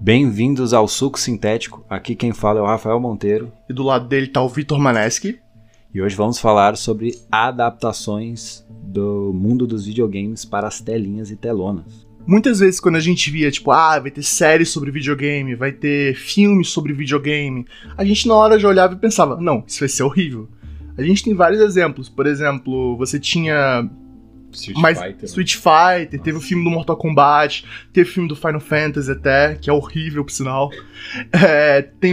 Bem-vindos ao Suco Sintético, aqui quem fala é o Rafael Monteiro. E do lado dele tá o Vitor Maneschi. E hoje vamos falar sobre adaptações do mundo dos videogames para as telinhas e telonas. Muitas vezes quando a gente via, vai ter série sobre videogame, vai ter filme sobre videogame, a gente na hora já olhava e pensava, não, isso vai ser horrível. A gente tem vários exemplos, por exemplo, você tinha... Street Fighter, teve o filme do Mortal Kombat, teve o filme do Final Fantasy até, que é horrível, por sinal. Tem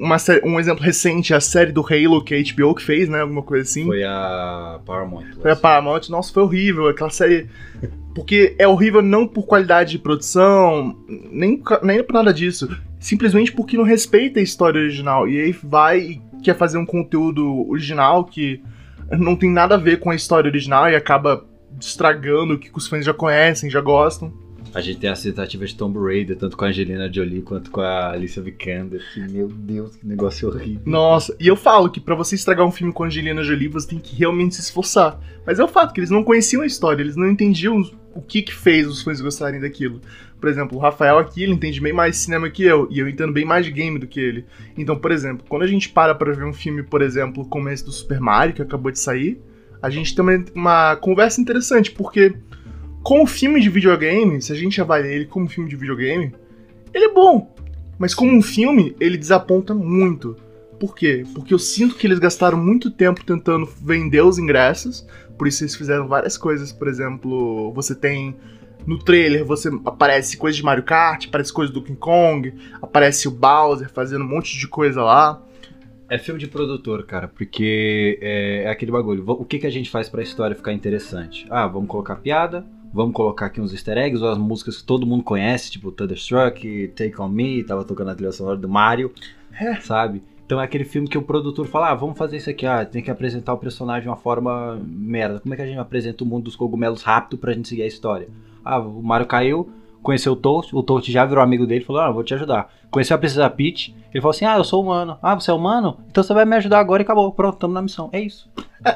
um exemplo recente, a série do Halo, que a HBO que fez, né, alguma coisa assim. Foi a Paramount. Foi a Paramount, nossa, foi horrível, aquela série... Porque é horrível não por qualidade de produção, nem por nada disso, simplesmente porque não respeita a história original, e aí vai e quer fazer um conteúdo original que não tem nada a ver com a história original e acaba estragando o que os fãs já conhecem, já gostam. A gente tem a tentativa de Tomb Raider, tanto com a Angelina Jolie quanto com a Alicia Vikander, que, meu Deus, que negócio horrível. Nossa, e eu falo que pra você estragar um filme com a Angelina Jolie, você tem que realmente se esforçar. Mas é o fato que eles não conheciam a história, eles não entendiam o que fez os fãs gostarem daquilo. Por exemplo, o Rafael aqui, ele entende bem mais de cinema que eu, e eu entendo bem mais de game do que ele. Então, por exemplo, quando a gente para pra ver um filme, por exemplo, como esse do Super Mario, que acabou de sair, a gente tem uma conversa interessante, porque como filme de videogame, se a gente avalia ele como filme de videogame, ele é bom, mas como um filme, ele desaponta muito. Por quê? Porque eu sinto que eles gastaram muito tempo tentando vender os ingressos, por isso eles fizeram várias coisas, por exemplo, você tem no trailer, aparece coisa de Mario Kart, aparece coisa do King Kong, aparece o Bowser fazendo um monte de coisa lá. É filme de produtor, cara, porque é aquele bagulho. O que a gente faz pra história ficar interessante? Vamos colocar piada, vamos colocar aqui uns easter eggs, ou as músicas que todo mundo conhece, tipo Thunderstruck, Take On Me, tava tocando a trilha sonora do Mario, sabe? Então é aquele filme que o produtor fala, vamos fazer isso aqui, tem que apresentar o personagem de uma forma merda. Como é que a gente apresenta o mundo dos cogumelos rápido pra gente seguir a história? O Mario caiu, conheceu o Toad já virou amigo dele, falou, vou te ajudar. Conheceu a Princesa Peach, ele falou assim, eu sou humano. Você é humano? Então você vai me ajudar agora e acabou, pronto, estamos na missão, é isso.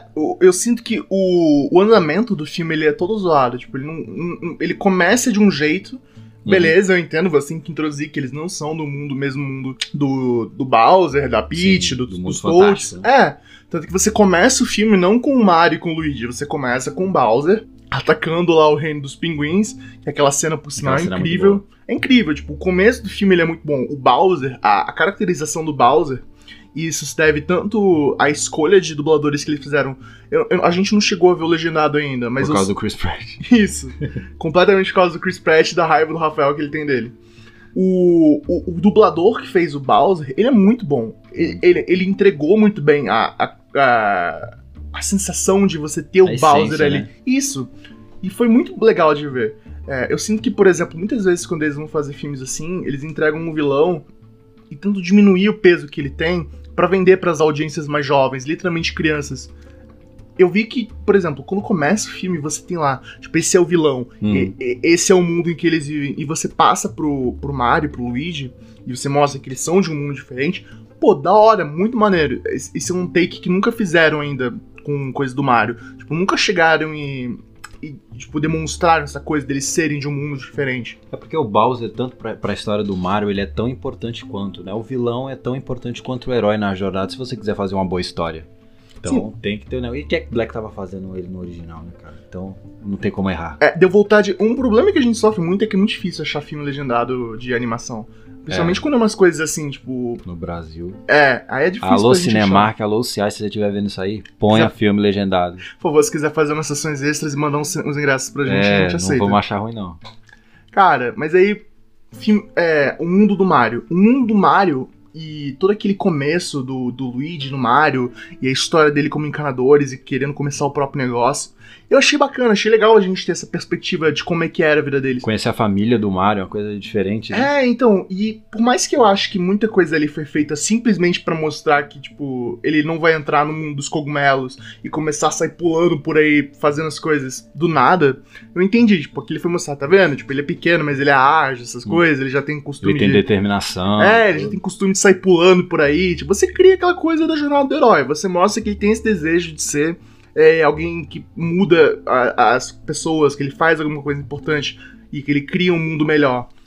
Eu sinto que o andamento do filme, ele é todo zoado, tipo, ele começa de um jeito, beleza, eu entendo, você tem que introduzir que eles não são do mesmo mundo do Bowser, da Peach, dos Toads. Tanto que você começa o filme não com o Mario e com o Luigi, você começa com o Bowser atacando lá o reino dos pinguins, que aquela cena, por sinal, é incrível. É incrível, tipo, o começo do filme ele é muito bom. O Bowser, a caracterização do Bowser, e isso se deve tanto à escolha de dubladores que eles fizeram. A gente não chegou a ver o legendado ainda, mas... Por causa do Chris Pratt. Isso. Completamente por causa do Chris Pratt e da raiva do Rafael que ele tem dele. O dublador que fez o Bowser, ele é muito bom. Ele entregou muito bem a sensação de você ter o Bowser ali. Né? Isso. E foi muito legal de ver. Eu sinto que, por exemplo, muitas vezes quando eles vão fazer filmes assim, eles entregam um vilão e tentam diminuir o peso que ele tem pra vender pras audiências mais jovens, literalmente crianças. Eu vi que, por exemplo, quando começa o filme, você tem lá, esse é o vilão, esse é o mundo em que eles vivem, e você passa pro Mario, pro Luigi, e você mostra que eles são de um mundo diferente. Pô, da hora, muito maneiro. Esse é um take que nunca fizeram ainda com coisa do Mario. Nunca chegaram e demonstraram essa coisa deles serem de um mundo diferente. É porque o Bowser, tanto pra história do Mario, ele é tão importante quanto, né? O vilão é tão importante quanto o herói na jornada, se você quiser fazer uma boa história. Então tem que ter, né? E Jack Black tava fazendo ele no original, né, cara? Então não tem como errar. Deu vontade. Um problema que a gente sofre muito é que é muito difícil achar filme legendado de animação. Principalmente quando é umas coisas assim, tipo... No Brasil. Aí é difícil. Alô Cinemark, alô Ciais, se você estiver vendo isso aí, ponha filme legendado. Por favor, se quiser fazer umas sessões extras e mandar uns ingressos pra gente, a gente aceita. Não vamos achar ruim, não. Cara, mas aí... o mundo do Mario. O mundo do Mario e todo aquele começo do Luigi no Mario e a história dele como encanadores e querendo começar o próprio negócio... Eu achei bacana, achei legal a gente ter essa perspectiva de como é que era a vida deles. Conhecer a família do Mario é uma coisa diferente, né? Então, e por mais que eu acho que muita coisa ali foi feita simplesmente pra mostrar que, ele não vai entrar no mundo dos cogumelos e começar a sair pulando por aí, fazendo as coisas do nada, eu entendi, porque ele foi mostrar, tá vendo? Ele é pequeno, mas ele é ágil, essas coisas, ele já tem costume ele tem determinação. Ele já tem costume de sair pulando por aí, você cria aquela coisa da jornada do herói, você mostra que ele tem esse desejo de ser... alguém que muda as pessoas, que ele faz alguma coisa importante e que ele cria um mundo melhor.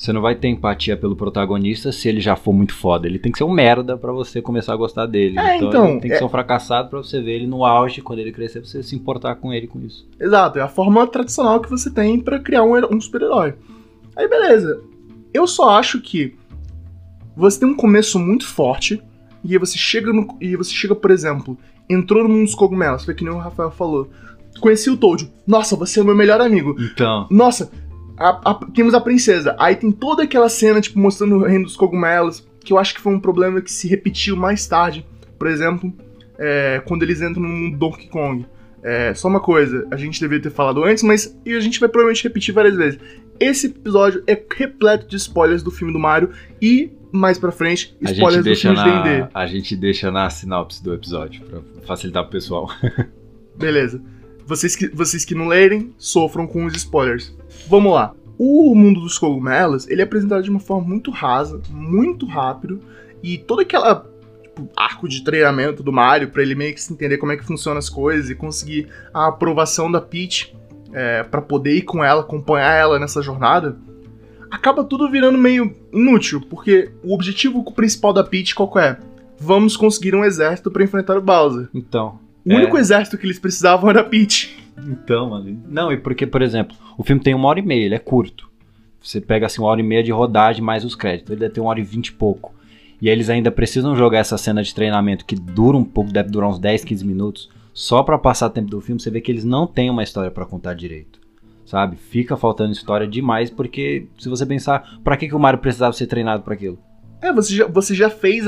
Você não vai ter empatia pelo protagonista se ele já for muito foda. Ele tem que ser um merda pra você começar a gostar dele. Então ele tem que ser um fracassado pra você ver ele no auge, quando ele crescer, você se importar com ele com isso. Exato, é a forma tradicional que você tem pra criar um super-herói. Aí beleza, eu só acho que você tem um começo muito forte, e aí você chega, por exemplo, entrou no mundo dos cogumelos, foi que nem o Rafael falou. Conheci o Toad, nossa, você é o meu melhor amigo. Então. Nossa, temos a princesa. Aí tem toda aquela cena, tipo, mostrando o reino dos cogumelos, que eu acho que foi um problema que se repetiu mais tarde. Por exemplo, quando eles entram no mundo Donkey Kong. Só uma coisa, a gente deveria ter falado antes, mas a gente vai provavelmente repetir várias vezes. Esse episódio é repleto de spoilers do filme do Mario e, mais pra frente, spoilers do filme de D&D. A gente deixa na sinopse do episódio, pra facilitar pro pessoal. Beleza. Vocês que não lerem, sofram com os spoilers. Vamos lá. O mundo dos cogumelos, ele é apresentado de uma forma muito rasa, muito rápido, e toda aquela arco de treinamento do Mario, pra ele meio que se entender como é que funcionam as coisas e conseguir a aprovação da Peach, pra poder ir com ela, acompanhar ela nessa jornada, acaba tudo virando meio inútil, porque o objetivo principal da Peach qual é? Vamos conseguir um exército pra enfrentar o Bowser. Então... O único exército que eles precisavam era a Peach. Então, mano. Não, e porque, por exemplo, o filme tem 1h30, ele é curto. Você pega assim 1h30 de rodagem mais os créditos. Ele deve ter 1h20 e pouco. E aí eles ainda precisam jogar essa cena de treinamento que dura um pouco, deve durar uns 10, 15 minutos, só pra passar tempo do filme. Você vê que eles não têm uma história pra contar direito. Sabe? Fica faltando história demais, porque se você pensar, pra que o Mario precisava ser treinado pra aquilo? Você já fez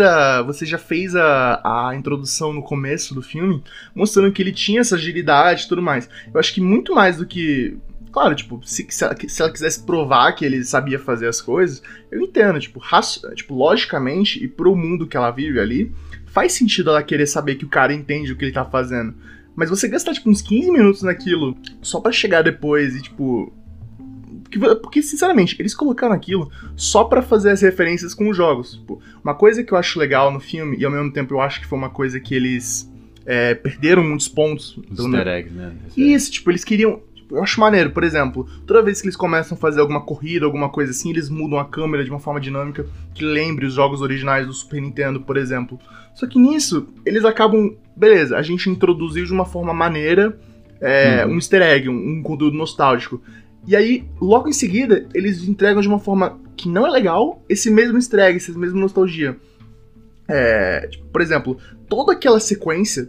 a introdução no começo do filme, mostrando que ele tinha essa agilidade e tudo mais. Eu acho que muito mais do que... Claro, tipo, se ela quisesse provar que ele sabia fazer as coisas, eu entendo, tipo, logicamente, e pro mundo que ela vive ali, faz sentido ela querer saber que o cara entende o que ele tá fazendo. Mas você gastar, tipo, uns 15 minutos naquilo, só pra chegar depois e, tipo... Porque, sinceramente, eles colocaram aquilo só pra fazer as referências com os jogos. Tipo, uma coisa que eu acho legal no filme, e ao mesmo tempo eu acho que foi uma coisa que eles perderam muitos pontos. Os easter eggs, né? Isso, tipo, eles queriam... Tipo, eu acho maneiro, por exemplo, toda vez que eles começam a fazer alguma corrida, alguma coisa assim, eles mudam a câmera de uma forma dinâmica que lembre os jogos originais do Super Nintendo, por exemplo. Só que nisso, eles acabam... Beleza, a gente introduziu de uma forma maneira um easter egg, um conteúdo nostálgico. E aí, logo em seguida, eles entregam de uma forma que não é legal esse mesmo easter egg, essa mesma nostalgia. Tipo, por exemplo, toda aquela sequência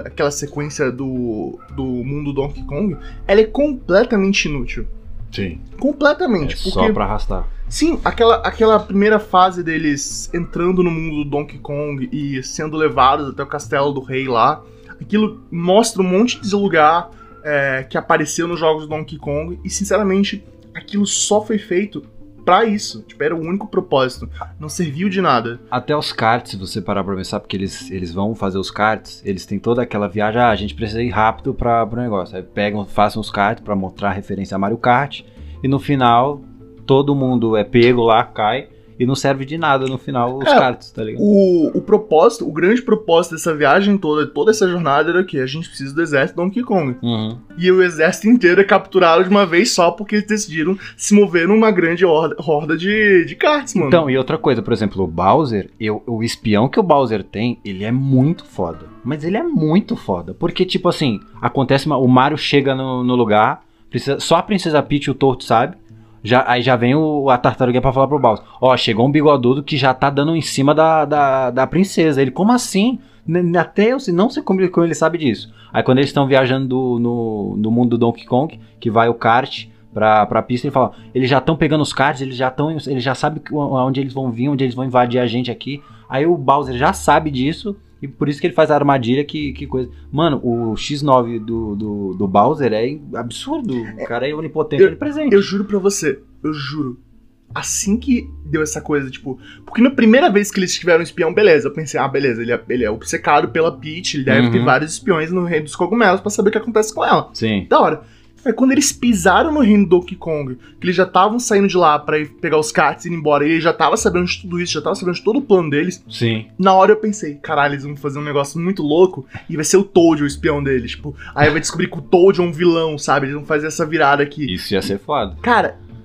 do mundo Donkey Kong, ela é completamente inútil. Sim. Completamente. Porque, só pra arrastar. Sim, aquela primeira fase deles entrando no mundo do Donkey Kong e sendo levados até o castelo do rei lá, aquilo mostra um monte de lugar... que apareceu nos jogos do Donkey Kong, e sinceramente aquilo só foi feito pra isso, tipo, era o único propósito, não serviu de nada. Até os karts, se você parar pra pensar, porque eles vão fazer os karts, eles têm toda aquela viagem, a gente precisa ir rápido pro negócio, aí façam os karts pra mostrar referência a Mario Kart, e no final todo mundo é pego lá, cai, e não serve de nada no final os karts, tá ligado? O propósito, o grande propósito dessa viagem toda essa jornada era que a gente precisa do exército Donkey Kong. Uhum. E o exército inteiro é capturado de uma vez só porque eles decidiram se mover numa grande horda de karts, mano. Então, e outra coisa, por exemplo, o Bowser, o espião que o Bowser tem, ele é muito foda. Mas ele é muito foda. Porque, tipo assim, o Mario chega no lugar, só a Princesa Peach e o Toad sabe. Aí já vem a tartaruga pra falar pro Bowser. Chegou um bigodudo que já tá dando em cima da princesa. Ele, como assim? Até eu não sei como ele sabe disso. Aí quando eles estão viajando no mundo do Donkey Kong, que vai o kart pra pista, ele fala, eles já estão pegando os karts, eles já sabem onde eles vão vir, onde eles vão invadir a gente aqui. Aí o Bowser já sabe disso, e por isso que ele faz a armadilha, que coisa. Mano, o X9 do Bowser é absurdo. O cara é onipotente, ele presente. Eu juro pra você, eu juro. Assim que deu essa coisa, tipo... Porque na primeira vez que eles tiveram um espião, beleza. Eu pensei, beleza, ele é obcecado pela Peach, ele deve ter vários espiões no reino dos cogumelos pra saber o que acontece com ela. Sim. Da hora. Aí quando eles pisaram no reino do Donkey Kong, que eles já estavam saindo de lá pra ir pegar os karts e ir embora, e ele já tava sabendo de tudo isso, já tava sabendo de todo o plano deles. Sim. Na hora eu pensei, caralho, eles vão fazer um negócio muito louco e vai ser o Toad o espião deles. Tipo, aí vai descobrir que o Toad é um vilão, sabe? Eles vão fazer essa virada aqui. Isso ia ser foda. Cara,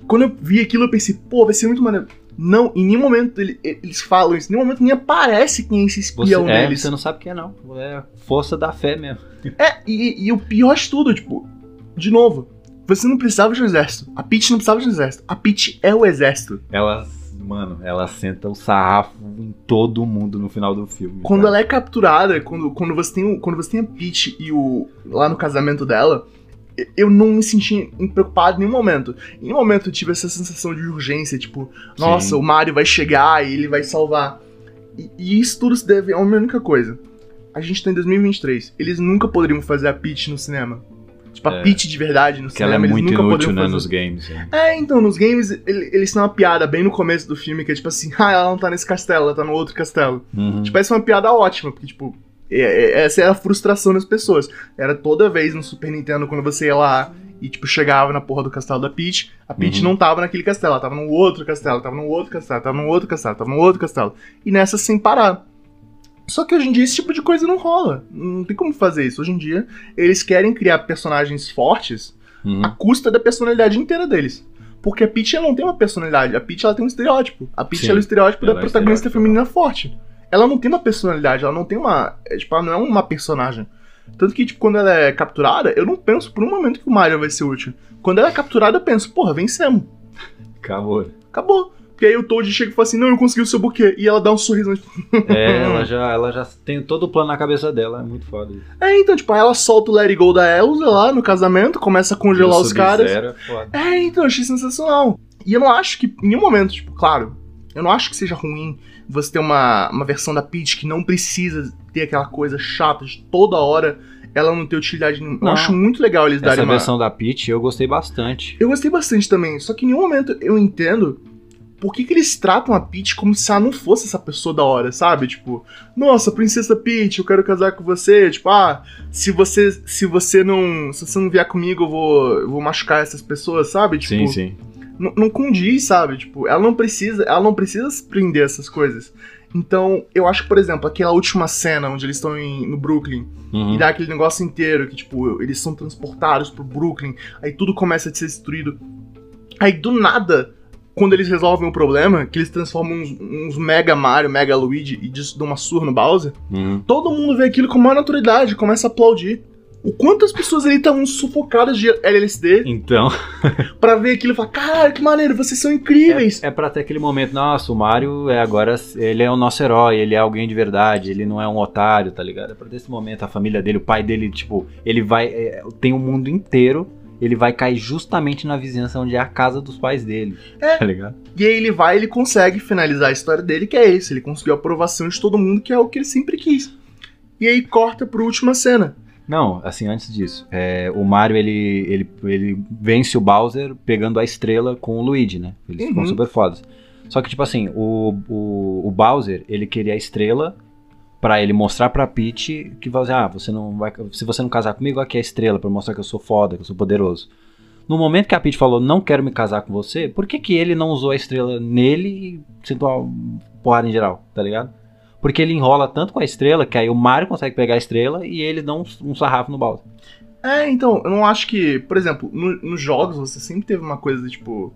Quando eu vi aquilo, eu pensei, pô, vai ser muito maneiro. Não, em nenhum momento eles falam isso, em nenhum momento nem aparece quem é esse espião deles. Você não sabe quem é, não. É força da fé mesmo. E o pior de tudo, tipo, de novo, você não precisava de um exército. A Peach não precisava de um exército. A Peach é o exército. Ela senta o sarrafo em todo mundo no final do filme. Quando cara. ela é capturada, quando você tem a Peach e lá no casamento dela, eu não me senti preocupado em nenhum momento. Em nenhum momento eu tive essa sensação de urgência, tipo, nossa, Sim. o Mario vai chegar e ele vai salvar. E isso tudo se deve a uma única coisa. A gente tá em 2023. Eles nunca poderiam fazer a Peach no cinema. Tipo, a Peach de verdade no Porque cinema, ela é eles muito nunca inútil, poderiam né, fazer. nos games. Né? Então, nos games, eles têm uma piada bem no começo do filme, que é tipo assim, ela não tá nesse castelo, ela tá no outro castelo. Uhum. Tipo, essa é uma piada ótima, porque, tipo, essa é a frustração das pessoas. Era toda vez no Super Nintendo, quando você ia lá e, tipo, chegava na porra do castelo da Peach, a Peach não tava naquele castelo, ela tava num outro castelo, tava num outro castelo, tava num outro castelo, tava num outro castelo. E nessa sem parar. Só que hoje em dia esse tipo de coisa não rola. Não tem como fazer isso. Hoje em dia, eles querem criar personagens fortes à custa da personalidade inteira deles. Porque a Peach ela não tem uma personalidade. A Peach ela tem um estereótipo. A Peach ela é o estereótipo da protagonista feminina forte. Ela não tem uma personalidade, ela não tem uma... Tipo, ela não é uma personagem. Tanto que, tipo, quando ela é capturada, eu não penso por um momento que o Mario vai ser útil. Quando ela é capturada, eu penso, porra, vencemos. Acabou. Porque aí o Toad chega e fala assim, não, eu consegui o seu buquê. E ela dá um sorriso. Ela já tem todo o plano na cabeça dela, é muito foda isso. Então, tipo, aí ela solta o Let It Go da Elsa lá no casamento, começa a congelar os caras. É foda. Então, eu achei sensacional. E eu não acho que, em nenhum momento, tipo, claro, eu não acho que seja ruim você ter uma versão da Peach que não precisa ter aquela coisa chata de toda hora ela não ter utilidade nenhuma. Eu acho muito legal eles darem Essa versão da Peach eu gostei bastante. Eu gostei bastante também, só que em nenhum momento eu entendo por que eles tratam a Peach como se ela não fosse essa pessoa da hora, sabe? Tipo, nossa, princesa Peach, eu quero casar com você. Tipo, se você não vier comigo, eu vou machucar essas pessoas, sabe? Tipo, sim. Não condiz, sabe? Tipo, ela não precisa se prender a essas coisas. Então, eu acho que, por exemplo, aquela última cena onde eles estão no Brooklyn e dá aquele negócio inteiro que, tipo, eles são transportados pro Brooklyn, aí tudo começa a ser destruído. Aí, do nada, quando eles resolvem o problema, que eles transformam uns Mega Mario, Mega Luigi e dão uma surra no Bowser, todo mundo vê aquilo com maior naturalidade, começa a aplaudir. O quantas pessoas ali estavam sufocadas de LSD então pra ver aquilo e falar, cara, que maneiro, vocês são incríveis. É pra ter aquele momento, nossa, o Mario agora, ele é o nosso herói, ele é alguém de verdade, ele não é um otário, tá ligado? É pra ter esse momento, a família dele, o pai dele, tipo, ele vai, tem o mundo inteiro, ele vai cair justamente na vizinhança onde é a casa dos pais dele, tá ligado? E aí ele consegue finalizar a história dele, que é esse, ele conseguiu a aprovação de todo mundo, que é o que ele sempre quis. E aí corta pra última cena. Não, assim, antes disso, o Mario, ele vence o Bowser pegando a estrela com o Luigi, né? Eles ficam super fodas. Só que, tipo assim, o Bowser, ele queria a estrela pra ele mostrar pra Peach que vai dizer, se você não casar comigo, aqui é a estrela, pra mostrar que eu sou foda, que eu sou poderoso. No momento que a Peach falou, não quero me casar com você, por que ele não usou a estrela nele e sentou uma porrada em geral, tá ligado? Porque ele enrola tanto com a estrela que aí o Mario consegue pegar a estrela e ele dá um sarrafo no Bowser. Então, eu não acho que, por exemplo, nos jogos você sempre teve uma coisa tipo,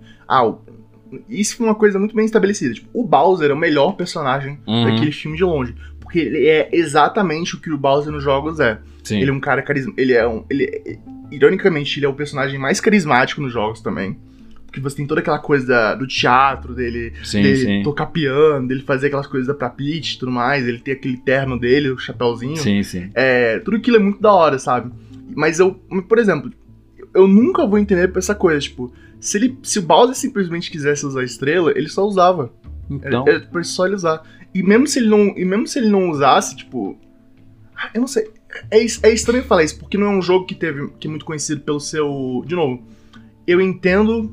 isso foi uma coisa muito bem estabelecida. Tipo, o Bowser é o melhor personagem daquele filme de longe. Porque ele é exatamente o que o Bowser nos jogos é. Sim. Ele é um cara carismático. Ironicamente, ele é o personagem mais carismático nos jogos também. Porque você tem toda aquela coisa do teatro dele, dele tocar piano, dele fazer aquelas coisas pra Peach e tudo mais, ele tem aquele terno dele, o chapéuzinho. Sim. Tudo aquilo é muito da hora, sabe? Mas por exemplo, eu nunca vou entender pra essa coisa, tipo, se o Bowser simplesmente quisesse usar a estrela, ele só usava. Então... Era só ele usar. E mesmo se ele não usasse, tipo... Eu não sei. É estranho falar isso, porque não é um jogo que é muito conhecido pelo seu... De novo, eu entendo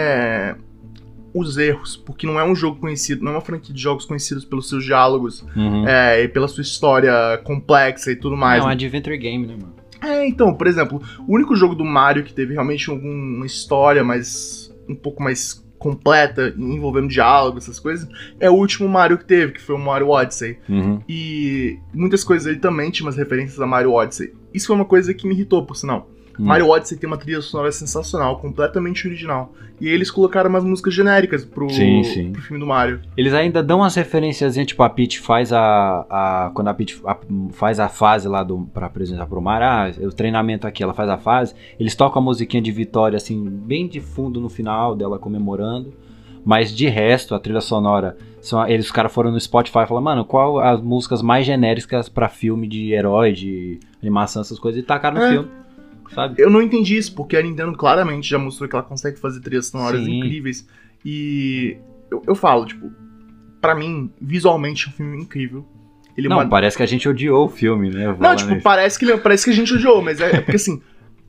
os erros, porque não é um jogo conhecido, não é uma franquia de jogos conhecidos pelos seus diálogos e pela sua história complexa e tudo mais. É um adventure game, né, mano? Então, por exemplo, o único jogo do Mario que teve realmente uma história um pouco mais completa, envolvendo diálogo, essas coisas, é o último Mario que teve, que foi o Mario Odyssey. E muitas coisas aí também tinham umas referências a Mario Odyssey. Isso foi uma coisa que me irritou, por sinal. Mario Odyssey tem uma trilha sonora sensacional, completamente original. E aí eles colocaram umas músicas genéricas pro filme do Mario. Eles ainda dão umas referências, tipo, a Peach faz quando a Peach faz a fase lá pra apresentar pro Mario, o treinamento aqui, ela faz a fase, eles tocam a musiquinha de vitória, assim, bem de fundo no final, dela comemorando. Mas de resto, a trilha sonora, os caras foram no Spotify e falaram, mano, qual as músicas mais genéricas pra filme de herói, de animação, essas coisas, e tacaram no filme. Sabe? Eu não entendi isso, porque a Nintendo claramente já mostrou que ela consegue fazer trilhas sonoras incríveis. E eu falo, tipo, pra mim, visualmente é um filme incrível. Parece que a gente odiou o filme, né? Não, tipo, parece que a gente odiou, mas é porque assim,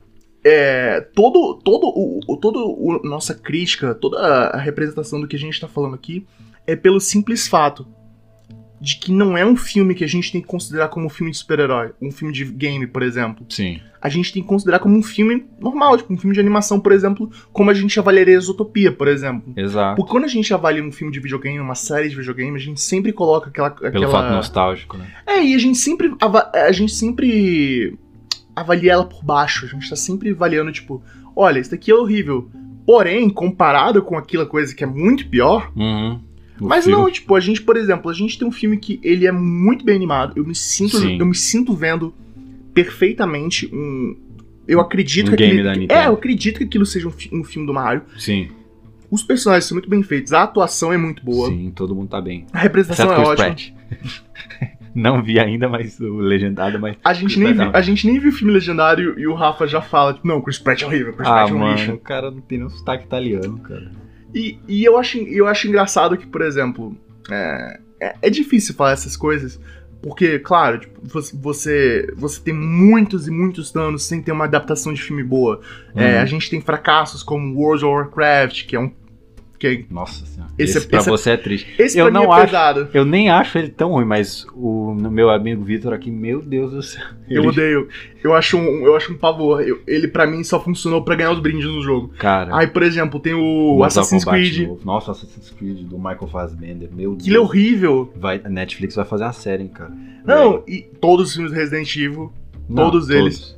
nossa crítica, toda a representação do que a gente tá falando aqui é pelo simples fato de que não é um filme que a gente tem que considerar como um filme de super-herói, um filme de game, por exemplo. Sim. A gente tem que considerar como um filme normal, tipo um filme de animação, por exemplo, como a gente avaliaria Zootopia, por exemplo. Exato. Porque quando a gente avalia um filme de videogame, uma série de videogame, a gente sempre coloca Pelo fato nostálgico, né? E a gente sempre avalia ela por baixo, a gente tá sempre avaliando, tipo, olha, isso daqui é horrível. Porém, comparado com aquela coisa que é muito pior... Mas não, tipo, a gente, por exemplo, a gente tem um filme que ele é muito bem animado, eu me sinto vendo perfeitamente eu acredito que game da Nintendo. eu acredito que aquilo seja um filme do Mario. Sim. Os personagens são muito bem feitos, a atuação é muito boa. Sim, todo mundo tá bem. A representação é ótima. Não vi ainda, mas o legendado, mas... A gente nem viu o filme legendário e o Rafa já fala, tipo, não, Chris Pratt é horrível, Chris Pratt é um lixo. O cara não tem nenhum sotaque italiano, cara. E eu acho engraçado que, por exemplo, é difícil falar essas coisas, porque, claro, tipo, você tem muitos e muitos anos sem ter uma adaptação de filme boa. A gente tem fracassos como World of Warcraft, que é um... Nossa senhora. Esse pra você é triste. Esse pra mim é pesado. Eu nem acho ele tão ruim, mas o meu amigo Vitor aqui, meu Deus do céu. Eu odeio. Eu acho um pavor. Ele pra mim só funcionou pra ganhar os brindes no jogo. Cara. Aí, por exemplo, tem o Assassin's Creed. Nossa, Assassin's Creed do Michael Fassbender. Meu Deus. Aquilo é horrível. A Netflix vai fazer uma série, hein, cara. Não, e todos os filmes do Resident Evil. Todos eles.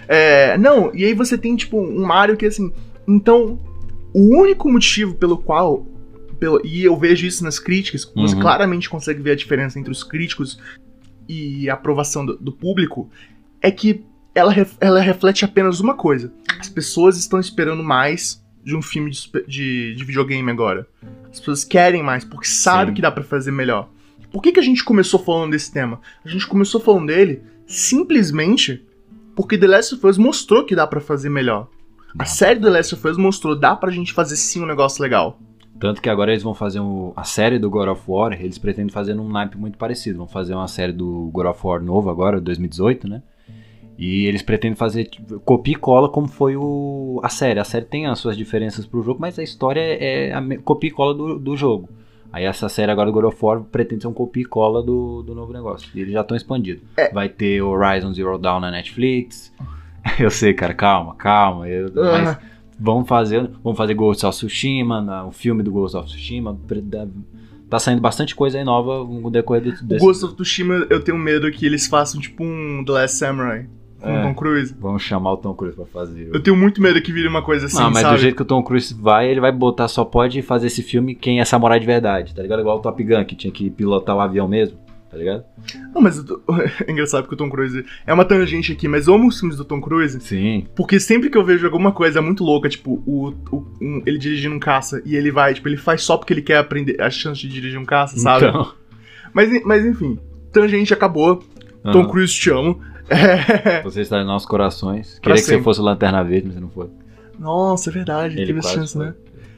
E aí você tem, tipo, um Mario que, assim... Então... O único motivo pelo qual... E eu vejo isso nas críticas, você claramente consegue ver a diferença entre os críticos e a aprovação do público, é que ela reflete apenas uma coisa. As pessoas estão esperando mais de um filme de videogame agora. As pessoas querem mais, porque sabem que dá pra fazer melhor. Por que a gente começou falando desse tema? A gente começou falando dele simplesmente porque The Last of Us mostrou que dá pra fazer melhor. A série do The Last of Us mostrou, dá pra gente fazer sim um negócio legal. Tanto que agora eles vão fazer a série do God of War, eles pretendem fazer num naipe muito parecido. Vão fazer uma série do God of War novo agora, 2018, né? E eles pretendem fazer tipo, copia e cola como foi a série. A série tem as suas diferenças pro jogo, mas a história é a copia e cola do jogo. Aí essa série agora do God of War pretende ser um copia e cola do novo negócio. E eles já estão expandidos. Vai ter Horizon Zero Dawn na Netflix... Eu sei, cara, calma. Mas vamos fazer Ghost of Tsushima, o filme do Ghost of Tsushima. Tá saindo bastante coisa aí nova no decorrer desse... O Ghost of Tsushima, eu tenho medo que eles façam tipo um The Last Samurai com o Tom Cruise. Vamos chamar o Tom Cruise pra fazer. Eu tenho muito medo que vire uma coisa assim, mas sabe? Do jeito que o Tom Cruise ele vai botar, só pode fazer esse filme quem é samurai de verdade, tá ligado? Igual o Top Gun, que tinha que pilotar o avião mesmo. Tá ligado? Não, mas é engraçado porque o Tom Cruise é uma tangente aqui, mas eu amo os filmes do Tom Cruise. Sim. Porque sempre que eu vejo alguma coisa muito louca, tipo, ele dirigindo um caça e ele vai, tipo, ele faz só porque ele quer aprender a chance de dirigir um caça, sabe? Então. Mas enfim, tangente acabou. Tom Cruise, te amo. Você está em nossos corações. Queria que você fosse o Lanterna Verde, mas você não foi. Nossa, é verdade, ele teve essa chance, foi. Né?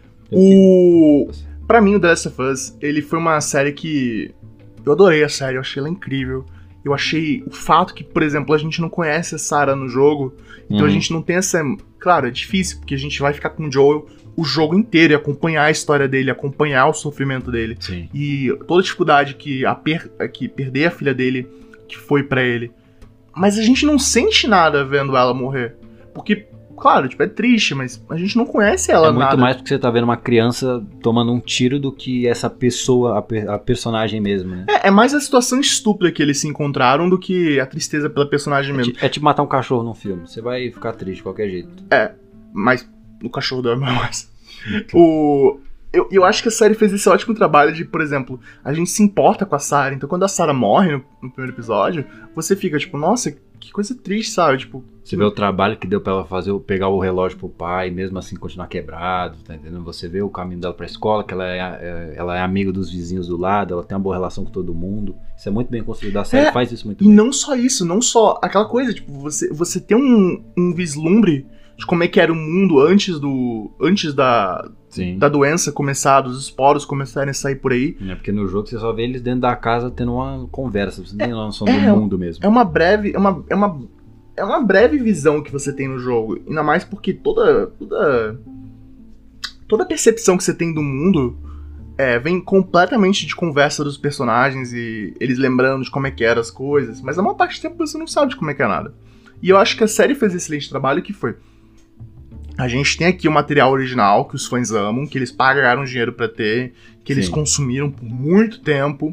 Pra mim, o The Last of Us, ele foi uma série que... Eu adorei a série, eu achei ela incrível. Eu achei o fato que, por exemplo, a gente não conhece a Sarah no jogo, então a gente não tem essa... Claro, é difícil, porque a gente vai ficar com o Joel o jogo inteiro e acompanhar a história dele, acompanhar o sofrimento dele. Sim. E toda a dificuldade que perder a filha dele, que foi pra ele. Mas a gente não sente nada vendo ela morrer. Porque claro, tipo, é triste, mas a gente não conhece ela É muito nada. mais porque você tá vendo uma criança tomando um tiro do que essa pessoa, a personagem mesmo, né? É mais a situação estúpida que eles se encontraram do que a tristeza pela personagem mesmo. É tipo matar um cachorro num filme. Você vai ficar triste de qualquer jeito. Mas o cachorro dói mais. Eu acho que a série fez esse ótimo trabalho de, por exemplo, a gente se importa com a Sarah. Então quando a Sarah morre no primeiro episódio, você fica tipo, nossa, que coisa triste, sabe? Tipo, Você vê o trabalho que deu pra ela pegar o relógio pro pai, mesmo assim continuar quebrado, tá entendendo? Você vê o caminho dela pra escola, que ela é amiga dos vizinhos do lado, ela tem uma boa relação com todo mundo. Isso é muito bem construído, a série faz isso muito e bem. não só isso, não só aquela coisa, tipo, você tem um vislumbre de como é que era o mundo antes da Sim. doença começar, dos esporos começarem a sair por aí. É porque no jogo você só vê eles dentro da casa tendo uma conversa, você nem tem noção do mundo mesmo. É uma breve visão que você tem no jogo. Ainda mais porque toda a percepção que você tem do mundo vem completamente de conversa dos personagens e eles lembrando de como é que eram as coisas. Mas a maior parte do tempo você não sabe de como é que é nada. E eu acho que a série fez esse excelente trabalho que foi... A gente tem aqui o material original que os fãs amam, que eles pagaram dinheiro pra ter, que eles consumiram por muito tempo.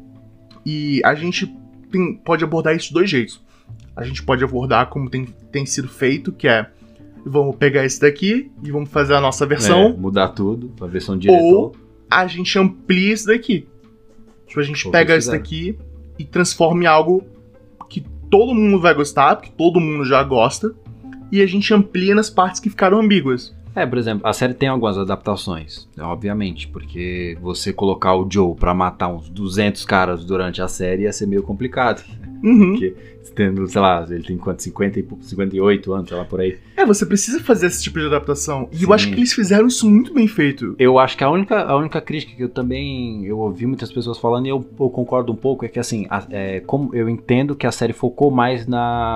E a gente pode abordar isso de dois jeitos. A gente pode abordar como tem sido feito, que é... Vamos pegar esse daqui e vamos fazer a nossa versão. Mudar tudo, a versão diretor. Ou a gente amplia isso daqui. Tipo, a gente pega isso daqui e transforma em algo que todo mundo vai gostar, porque todo mundo já gosta. E a gente amplia nas partes que ficaram ambíguas. Por exemplo, a série tem algumas adaptações, obviamente, porque você colocar o Joe pra matar uns 200 caras durante a série ia ser meio complicado. Uhum. Porque, tendo, sei lá, ele tem quanto? 58 anos, sei lá, por aí. Você precisa fazer esse tipo de adaptação. E eu acho que eles fizeram isso muito bem feito. Eu acho que a única crítica que eu ouvi muitas pessoas falando, e eu concordo um pouco, é que assim, como eu entendo que a série focou mais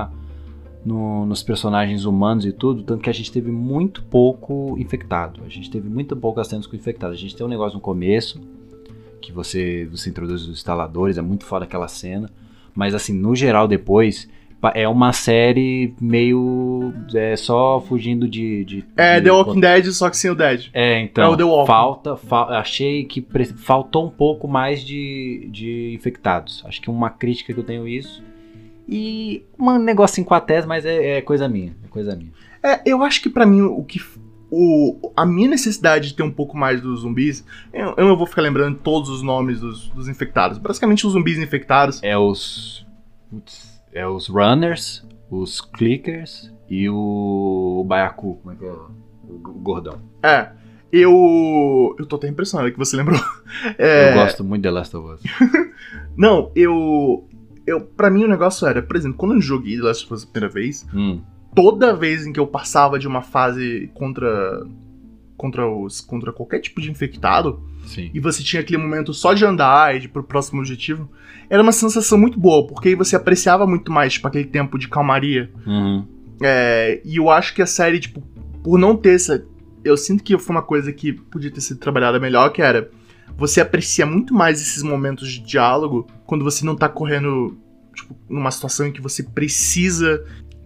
nos personagens humanos e tudo, tanto que a gente teve muito pouco infectado. A gente teve muito poucas cenas com infectados. A gente tem um negócio no começo, que você introduz os instaladores, é muito foda aquela cena. Mas assim, no geral depois, é uma série meio... só fugindo de The Walking Dead, só que sem o Dead. Então, o The Walking. achei que faltou um pouco mais de infectados. Acho que uma crítica que eu tenho isso. E um negocinho com a Tess, mas é coisa minha. Eu acho que pra mim a minha necessidade de ter um pouco mais dos zumbis, eu não vou ficar lembrando todos os nomes dos infectados. Basicamente os zumbis infectados. É os runners, os clickers e o baiacu, como é que é? O gordão. Eu tô até impressionado que você lembrou. Eu gosto muito de The Last of Us. Não, pra mim o negócio era, por exemplo, quando eu joguei The Last of Us a primeira vez, toda vez em que eu passava de uma fase contra qualquer tipo de infectado, sim, e você tinha aquele momento só de andar e de ir pro próximo objetivo, era uma sensação muito boa, porque aí você apreciava muito mais, tipo, aquele tempo de calmaria. E eu acho que a série, tipo, por não ter essa... Eu sinto que foi uma coisa que podia ter sido trabalhada melhor, que era... Você aprecia muito mais esses momentos de diálogo quando você não tá correndo, tipo, numa situação em que você precisa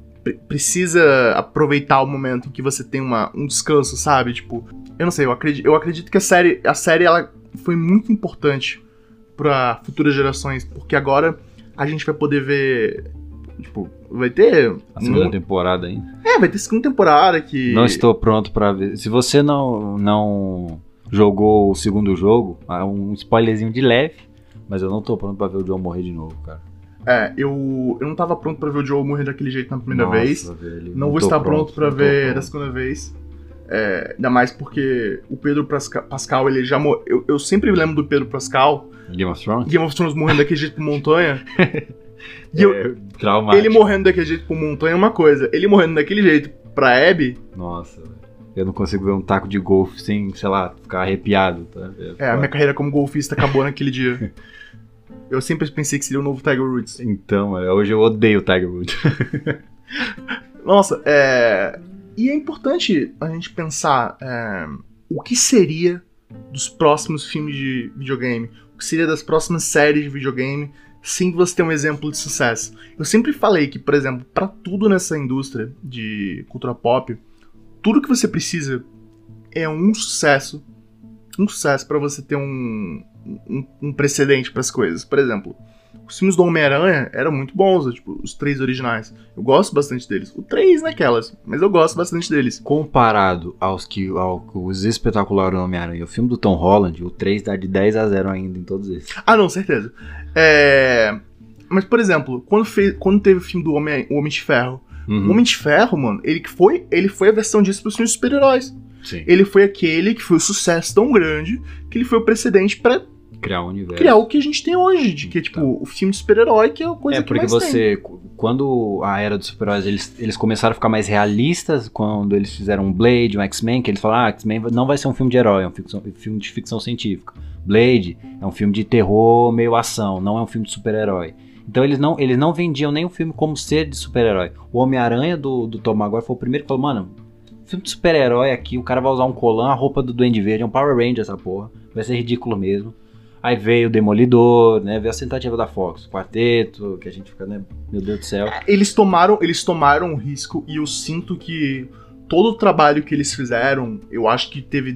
aproveitar o momento em que você tem um descanso, sabe? Tipo, eu não sei, eu acredito que a série ela foi muito importante para futuras gerações, porque agora a gente vai poder ver, tipo, vai ter a segunda temporada ainda. Vai ter segunda temporada que... Não estou pronto para ver. Se você não jogou o segundo jogo, um spoilerzinho de leve, mas eu não tô pronto pra ver o Joe morrer de novo, cara. Eu não tava pronto pra ver o Joe morrer daquele jeito na primeira vez. Velho, não vou estar pronto pra ver da segunda vez. Ainda mais porque o Pedro Pascal, ele já morreu. Eu sempre lembro do Pedro Pascal. Game of Thrones morrendo daquele jeito por montanha. Traumático. Ele morrendo daquele jeito por montanha é uma coisa. Ele morrendo daquele jeito pra Abby... Nossa, velho. Eu não consigo ver um taco de golfe sem, sei lá, ficar arrepiado, tá? A minha carreira como golfista acabou naquele dia. Eu sempre pensei que seria o novo Tiger Woods. Então, hoje eu odeio o Tiger Woods. Nossa, e é importante a gente pensar o que seria dos próximos filmes de videogame, o que seria das próximas séries de videogame, sem você ter um exemplo de sucesso. Eu sempre falei que, por exemplo, pra tudo nessa indústria de cultura pop, tudo que você precisa é um sucesso. Um sucesso pra você ter um precedente pras coisas. Por exemplo, os filmes do Homem-Aranha eram muito bons, tipo, os 3 originais. Eu gosto bastante deles. O 3 naquelas, mas eu gosto bastante deles. Comparado aos espetaculares do Homem-Aranha e o filme do Tom Holland, o 3 dá de 10-0 ainda em todos esses. Ah, não, certeza. Mas, por exemplo, quando teve o filme do o Homem de Ferro, o Homem de Ferro, mano, ele foi a versão disso pros filmes de super-heróis. Sim. Ele foi aquele que foi um sucesso tão grande que ele foi o precedente pra Criar um universo. criar o que a gente tem hoje, de que, tipo, o filme de super-herói, que é a coisa que mais tem. Quando a era dos super-heróis, eles começaram a ficar mais realistas, quando eles fizeram um Blade, um X-Men, que eles falaram, X-Men não vai ser um filme de herói, é um filme de ficção científica. Blade é um filme de terror meio ação, não é um filme de super-herói. Então eles não vendiam nem o filme como ser de super-herói. O Homem-Aranha do Tom Maguire foi o primeiro que falou, mano, filme de super-herói aqui, o cara vai usar um colã, a roupa do Duende Verde, é um Power Ranger essa porra, vai ser ridículo mesmo. Aí veio o Demolidor, né? Veio a tentativa da Fox, o Quarteto, que a gente fica, né? Meu Deus do céu. Eles tomaram um risco e eu sinto que todo o trabalho que eles fizeram, eu acho que teve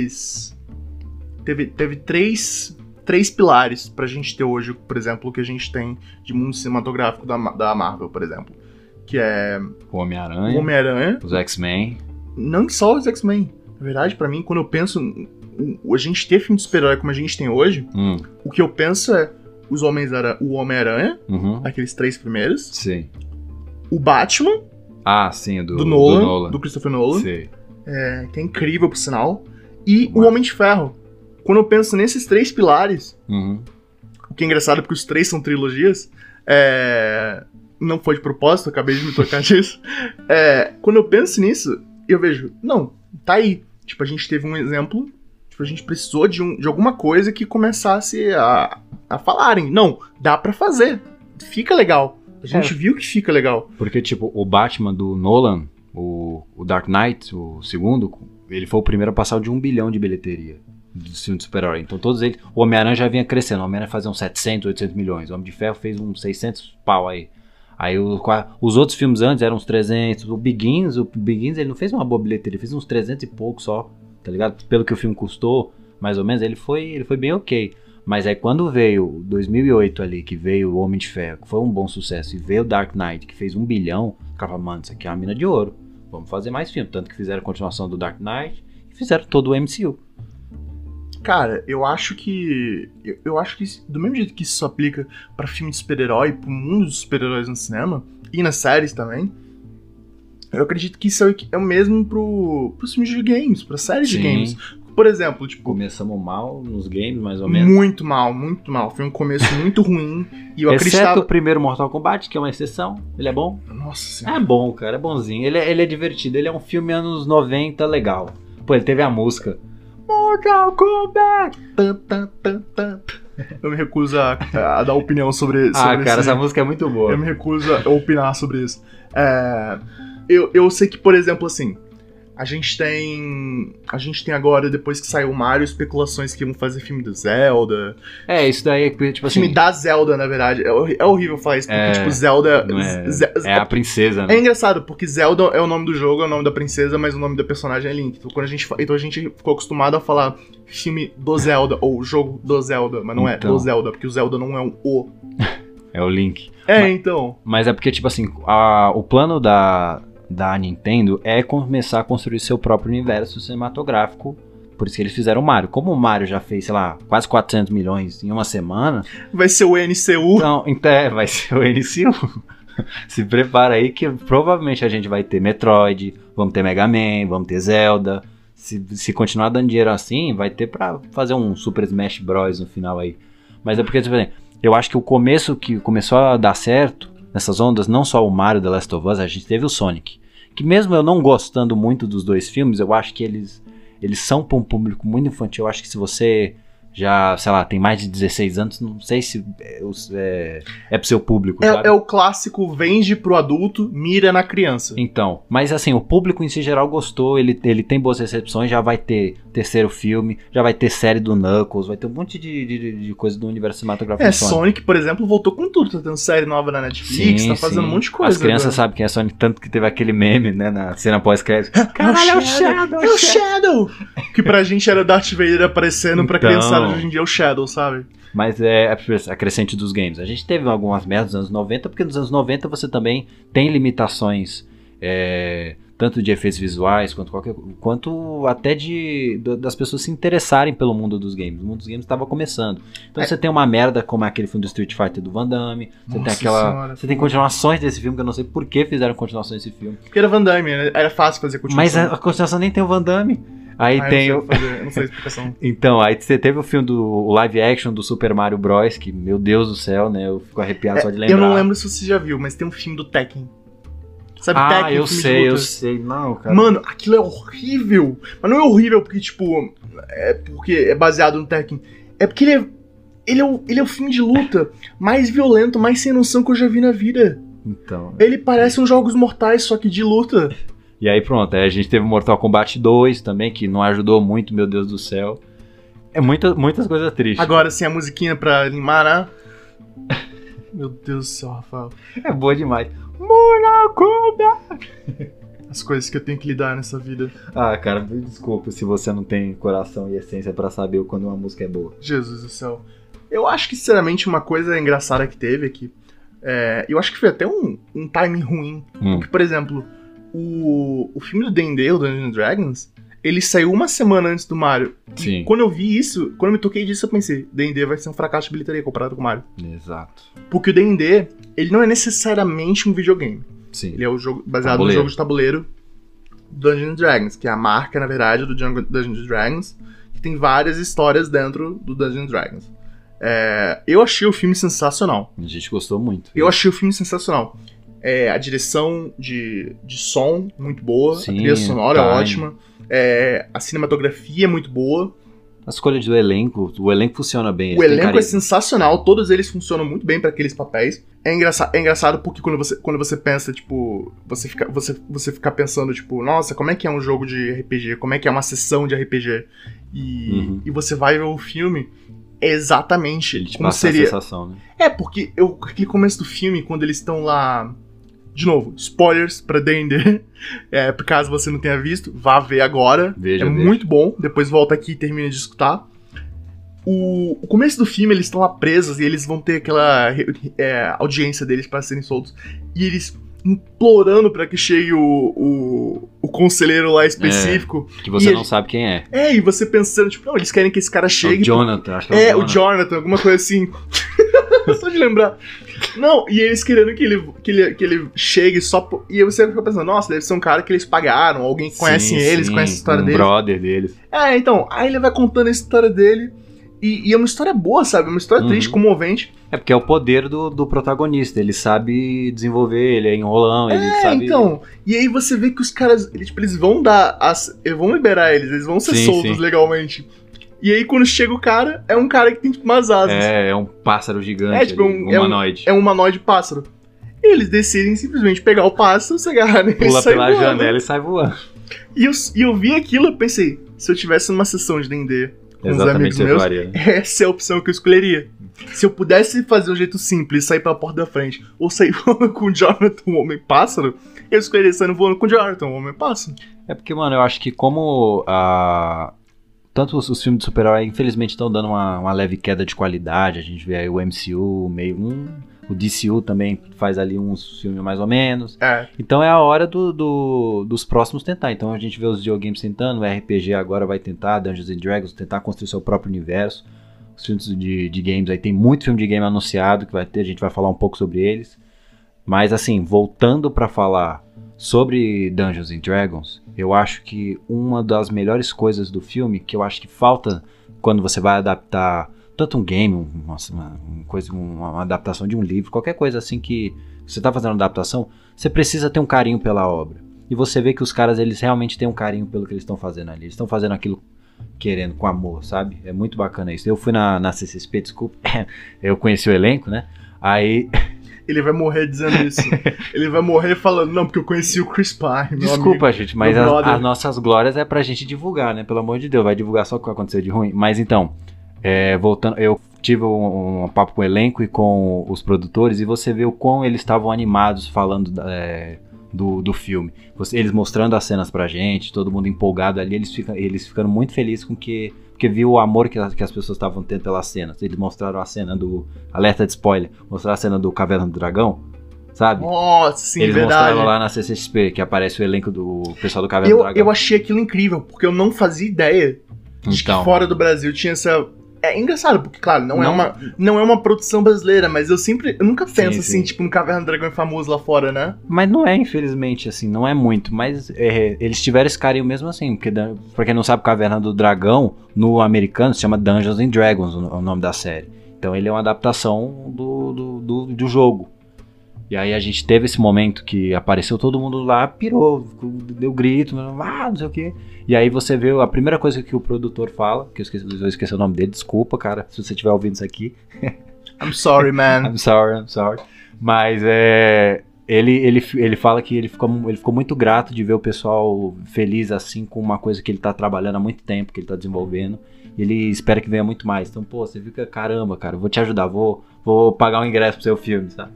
três pilares pra gente ter hoje, por exemplo, o que a gente tem de mundo cinematográfico da Marvel, por exemplo. Que é O o Homem-Aranha, Homem-Aranha, os X-Men. não só os X-Men. Na verdade, pra mim, quando eu penso a gente ter filme de super-herói como a gente tem hoje, o que eu penso é o Homem-Aranha, aqueles 3 primeiros, Sim. o Batman, Sim, do Nolan, do Christopher Nolan, Sim. que é incrível, por sinal, e o Homem de Ferro. Quando eu penso nesses 3 pilares, o que é engraçado porque os 3 são trilogias, não foi de propósito, eu acabei de me tocar disso, quando eu penso nisso, eu vejo, não, tá aí. Tipo, a gente teve um exemplo, tipo, a gente precisou de alguma coisa que começasse a falarem, não, dá pra fazer, fica legal. A gente viu que fica legal. Porque, tipo, o Batman do Nolan, o Dark Knight, o segundo, ele foi o primeiro a passar de 1 bilhão de bilheteria do filme de super-herói. Então todos eles... O Homem-Aranha já vinha crescendo. O Homem-Aranha fazia uns 700, 800 milhões. O Homem de Ferro fez uns 600 pau aí. Aí os outros filmes antes eram uns 300. O Begins ele não fez uma boa bilheteria. Ele fez uns 300 e pouco só, tá ligado? Pelo que o filme custou, mais ou menos, ele foi bem ok. Mas aí quando veio 2008 ali, que veio o Homem de Ferro, que foi um bom sucesso, e veio o Dark Knight, que fez 1 bilhão, o cara falou, mano, isso aqui é uma mina de ouro. Vamos fazer mais filme. Tanto que fizeram a continuação do Dark Knight e fizeram todo o MCU. Cara, eu acho que do mesmo jeito que isso se aplica pra filme de super-herói, pro mundo dos super-heróis no cinema, e nas séries também, eu acredito que isso é o mesmo pros filmes de games, pras séries de games. Por exemplo, tipo... Começamos mal nos games, mais ou menos. Muito mal. Foi um começo muito ruim. E eu Exceto acreditava... o primeiro Mortal Kombat, que é uma exceção. Ele é bom? Nossa senhora. É bom, cara. É bonzinho. Ele é divertido. Ele é um filme anos 90 legal. Pô, ele teve a música Mortal Kombat. Eu me recuso a dar opinião sobre cara, essa música é muito boa. Eu me recuso a opinar sobre isso. Eu sei que, por exemplo, assim... A gente tem agora, depois que saiu o Mario, especulações que iam fazer filme do Zelda. Isso daí é tipo assim... Filme da Zelda, na verdade. É horrível falar isso, porque, tipo, Zelda... É a princesa, né? É engraçado, porque Zelda é o nome do jogo, é o nome da princesa, mas o nome da personagem é Link. Então a gente ficou acostumado a falar filme do Zelda, ou jogo do Zelda, mas não é do Zelda, porque o Zelda não é um O. É o Link. Então. Mas é porque, tipo assim, o plano da Nintendo é começar a construir seu próprio universo cinematográfico. Por isso que eles fizeram o Mario. Como o Mario já fez, sei lá, quase 400 milhões em uma semana... Vai ser o NCU. Então vai ser o NCU. Se prepara aí que provavelmente a gente vai ter Metroid, vamos ter Mega Man, vamos ter Zelda. Se continuar dando dinheiro assim, vai ter pra fazer um Super Smash Bros no final aí. Mas é porque, tipo, eu acho que o começo que começou a dar certo... Nessas ondas, não só o Mario The Last of Us, a gente teve o Sonic. Que mesmo eu não gostando muito dos 2 filmes, eu acho que eles são para um público muito infantil. Eu acho que se você já, sei lá, tem mais de 16 anos, não sei se é pro seu público, sabe? É o clássico, vende pro adulto, mira na criança. Então, mas assim, o público em si geral gostou, ele tem boas recepções, já vai ter terceiro filme, já vai ter série do Knuckles, vai ter um monte de coisa do universo cinematográfico do Sonic, por exemplo, voltou com tudo, tá tendo série nova na Netflix, tá fazendo um monte de coisa. As crianças sabem quem é Sonic, tanto que teve aquele meme, né, na cena pós-crédito. Caralho, é o Shadow! É o Shadow! Que pra gente era Darth Vader aparecendo, pra criançada hoje em dia é o Shadow, sabe? Mas é a crescente dos games. A gente teve algumas merdas nos anos 90, porque nos anos 90 você também tem limitações, tanto de efeitos visuais, quanto até das pessoas se interessarem pelo mundo dos games. O mundo dos games estava começando. Então você tem uma merda como aquele filme do Street Fighter do Van Damme, você tem continuações desse filme, que eu não sei por que fizeram continuações desse filme. Porque era Van Damme, né? Era fácil fazer continuação. Mas a continuação nem tem o Van Damme. Aí tem eu não sei a explicação. Então, aí você teve o filme o live action do Super Mario Bros, que, meu Deus do céu, né? Eu fico arrepiado só de lembrar. Eu não lembro se você já viu, mas tem um filme do Tekken. Sabe, Tekken? Eu sei. Não, cara. Mano, aquilo é horrível. Mas não é horrível porque, tipo, porque é baseado no Tekken. É porque ele é o filme de luta mais violento, mais sem noção que eu já vi na vida. Então. Ele parece uns Jogos Mortais, só que de luta. E aí pronto, aí a gente teve Mortal Kombat 2 também, que não ajudou muito, meu Deus do céu. É muitas coisas tristes. Agora sim, a musiquinha pra animar, né? Meu Deus do céu, Rafael. É boa demais. Mortal Kombat! As coisas que eu tenho que lidar nessa vida. Ah, cara, me desculpa se você não tem coração e essência pra saber quando uma música é boa. Jesus do céu. Eu acho que, sinceramente, uma coisa engraçada que teve aqui, eu acho que foi até um timing ruim. Porque, por exemplo, o filme do D&D, o Dungeons & Dragons, ele saiu uma semana antes do Mario. Sim. E quando eu vi isso, quando eu me toquei disso, eu pensei, D&D vai ser um fracasso de bilheteria comparado com o Mario. Exato. Porque o D&D, ele não é necessariamente um videogame. Sim. Ele é o jogo baseado no jogo de tabuleiro Dungeons & Dragons, que é a marca, na verdade, do Dungeons & Dragons, que tem várias histórias dentro do Dungeons & Dragons. Eu achei o filme sensacional. A gente gostou muito. Eu achei o filme sensacional. A direção de som, muito boa. Sim, a trilha sonora é ótima. A cinematografia é muito boa. A escolha do elenco, o elenco funciona bem. O elenco é sensacional, todos eles funcionam muito bem para aqueles papéis. É engraçado porque quando você pensa, tipo, você fica pensando, tipo, nossa, como é que é um jogo de RPG? Como é que é uma sessão de RPG? E você vai ver o filme, exatamente ele te como passa seria. A sensação, né? Porque aquele começo do filme, quando eles estão lá. De novo, spoilers pra D&D, por caso você não tenha visto, vá ver agora. Veja. Muito bom, depois volta aqui e termina de escutar. O começo do filme, eles estão lá presos e eles vão ter aquela audiência deles pra serem soltos. E eles implorando pra que chegue o conselheiro lá específico. Que você não sabe quem é. E você pensando, tipo, não, eles querem que esse cara chegue. O Jonathan, acho que é o Jonathan, alguma coisa assim. Só de lembrar. Não, e eles querendo que ele chegue só... E aí você fica pensando, nossa, deve ser um cara que eles pagaram, alguém que conhece eles, conhece a história deles. Brother deles. Então, aí ele vai contando a história dele, e é uma história boa, sabe? É uma história triste, comovente. É porque é o poder do protagonista, ele sabe desenvolver, ele é enrolão, ele sabe... então, e aí você vê que os caras, eles vão vão liberar eles vão ser soltos legalmente. E aí, quando chega o cara, é um cara que tem, tipo, umas asas. É um pássaro gigante, um humanoide. É um humanoide pássaro. E eles decidem simplesmente pegar o pássaro, se agarrar nele e sair pela voando. Janela e sai voando. E eu vi aquilo e pensei, se eu tivesse numa sessão de D&D com os amigos meus, essa é a opção que eu escolheria. Se eu pudesse fazer um jeito simples, sair pela porta da frente, ou sair voando com o Jonathan, o Homem-Pássaro, eu escolheria sair voando com o Jonathan, o Homem-Pássaro. É porque, mano, eu acho que como tanto os filmes de super-herói, infelizmente, estão dando uma leve queda de qualidade. A gente vê aí o MCU o DCU também faz ali uns filmes mais ou menos. Então é a hora dos próximos tentar. Então a gente vê os videogames tentando, o RPG agora vai tentar, Dungeons & Dragons, tentar construir seu próprio universo. Os filmes de games aí, tem muito filme de game anunciado que vai ter, a gente vai falar um pouco sobre eles. Mas assim, voltando pra falar sobre Dungeons & Dragons, eu acho que uma das melhores coisas do filme, que eu acho que falta quando você vai adaptar tanto um game, uma adaptação de um livro, qualquer coisa assim que você está fazendo uma adaptação, você precisa ter um carinho pela obra. E você vê que os caras, eles realmente têm um carinho pelo que eles estão fazendo ali. Eles estão fazendo aquilo querendo, com amor, sabe? É muito bacana isso. Eu fui na CCXP, desculpa, eu conheci o elenco, né? Aí... Ele vai morrer dizendo isso. Ele vai morrer falando, não, porque eu conheci o Chris Pine, meu Desculpa, amigo, gente, mas meu brother. as nossas glórias é pra gente divulgar, né? Pelo amor de Deus, vai divulgar só o que aconteceu de ruim. Mas então, voltando, eu tive um papo com o elenco e com os produtores e você vê o quão eles estavam animados falando do filme. Eles mostrando as cenas pra gente, todo mundo empolgado ali, eles ficando muito felizes com porque viu o amor que as pessoas estavam tendo pelas cenas. Eles mostraram a cena do... Alerta de spoiler. Mostraram a cena do Caverna do Dragão, sabe? Nossa, sim, eles verdade. mostraram lá na CCXP, que aparece o elenco do pessoal do Caverna do Dragão. Eu achei aquilo incrível, porque eu não fazia ideia de que fora do Brasil tinha essa... É engraçado, porque, claro, não é uma produção brasileira, mas eu nunca penso assim, tipo, no Caverna do Dragão é famoso lá fora, né? Mas não é, infelizmente, assim, não é muito, mas eles tiveram esse carinho mesmo assim, porque, pra quem não sabe, Caverna do Dragão, no americano, se chama Dungeons and Dragons, o nome da série. Então ele é uma adaptação do jogo. E aí a gente teve esse momento que apareceu todo mundo lá, pirou, deu grito, não sei o quê. E aí você vê a primeira coisa que o produtor fala, que eu esqueci o nome dele, desculpa, cara, se você estiver ouvindo isso aqui. I'm sorry, man. I'm sorry. Mas ele fala que ele ficou muito grato de ver o pessoal feliz assim com uma coisa que ele tá trabalhando há muito tempo, que ele tá desenvolvendo. E ele espera que venha muito mais. Então, pô, você fica, caramba, cara, eu vou te ajudar, vou pagar um ingresso pro seu filme, sabe?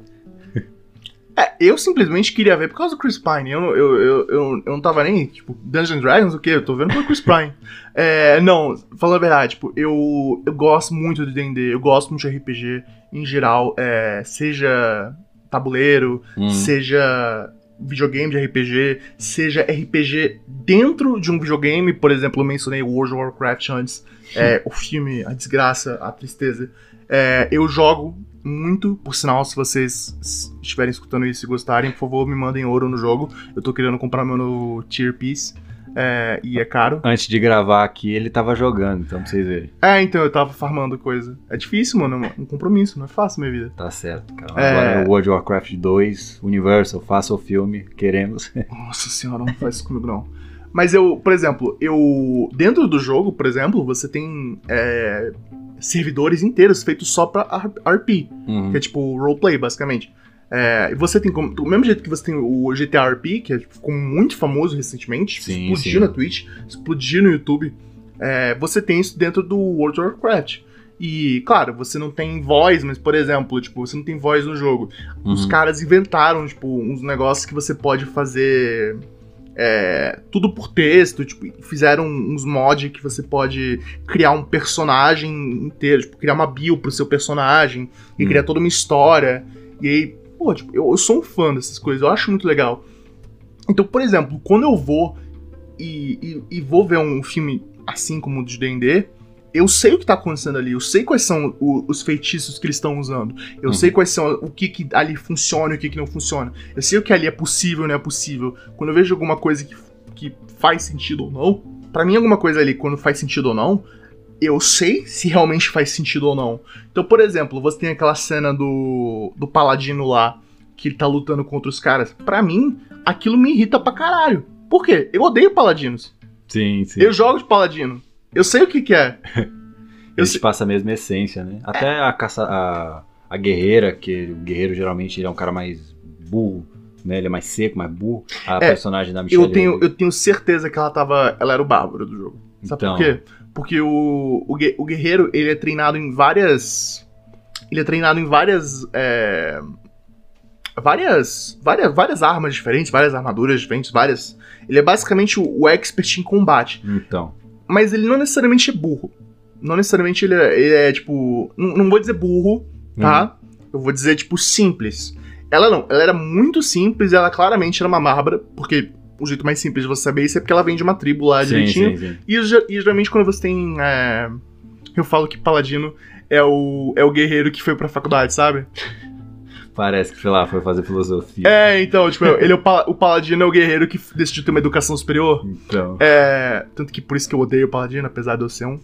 Eu simplesmente queria ver por causa do Chris Pine. Eu não tava nem, tipo, Dungeons & Dragons, o quê? Eu tô vendo pelo Chris Pine. Não, falando a verdade, tipo, eu gosto muito de D&D, eu gosto muito de RPG em geral, seja tabuleiro, seja videogame de RPG, seja RPG dentro de um videogame, por exemplo, eu mencionei World of Warcraft antes, o filme, a desgraça, a tristeza. Eu jogo muito, por sinal, se vocês estiverem escutando isso e gostarem, por favor, me mandem ouro no jogo. Eu tô querendo comprar meu novo tier piece, e é caro. Antes de gravar aqui, ele tava jogando, então pra vocês verem. Então, eu tava farmando coisa. É difícil, mano, um compromisso, não é fácil minha vida. Tá certo, cara. Agora é o World of Warcraft 2, Universal, faça o filme, queremos. Nossa senhora, não faz isso comigo não. Mas por exemplo, dentro do jogo, por exemplo, você tem servidores inteiros feitos só pra RP, que é tipo roleplay, basicamente. E você tem do mesmo jeito que você tem o GTA RP, que ficou muito famoso recentemente, explodiu na Twitch, explodiu no YouTube, você tem isso dentro do World of Warcraft. E, claro, você não tem voz, mas, por exemplo, tipo, você não tem voz no jogo. Os caras inventaram, tipo, uns negócios que você pode fazer... tudo por texto, tipo, fizeram uns mods que você pode criar um personagem inteiro, tipo, criar uma bio pro seu personagem e criar toda uma história. E aí, pô, tipo, eu sou um fã dessas coisas, eu acho muito legal. Então, por exemplo, quando eu vou e vou ver um filme assim como o de D&D, eu sei o que tá acontecendo ali, eu sei quais são os feitiços que eles estão usando, eu sei quais são, o que ali funciona e o que não funciona, eu sei o que ali é possível e não é possível. Quando eu vejo alguma coisa que faz sentido ou não, pra mim alguma coisa ali, quando faz sentido ou não, eu sei se realmente faz sentido ou não. Então, por exemplo, você tem aquela cena do paladino lá, que ele tá lutando contra os caras. Pra mim, aquilo me irrita pra caralho. Por quê? Eu odeio paladinos. Sim. Eu jogo de paladino. Eu sei o que é. Ele passa a mesma essência, né? Até a guerreira, que o guerreiro geralmente ele é um cara mais burro, né? Ele é mais seco, mais burro. A personagem da Michelle... Eu tenho certeza que ela era o bárbaro do jogo. Sabe por quê? Porque o guerreiro, ele é treinado em várias... várias armas diferentes, várias armaduras diferentes, Ele é basicamente o expert em combate. Então... Mas ele não necessariamente é burro. Não necessariamente ele é tipo... Não vou dizer burro, tá? Eu vou dizer, tipo, simples. Ela era muito simples, ela claramente era uma bárbara, porque o jeito mais simples de você saber isso é porque ela vem de uma tribo lá direitinho. Sim. E geralmente quando você tem... eu falo que paladino é o guerreiro que foi pra faculdade, sabe? Parece que, sei lá, foi fazer filosofia. Então, tipo, o paladino é o guerreiro que decidiu ter uma educação superior. Então. Tanto que por isso que eu odeio o paladino, apesar de eu ser um.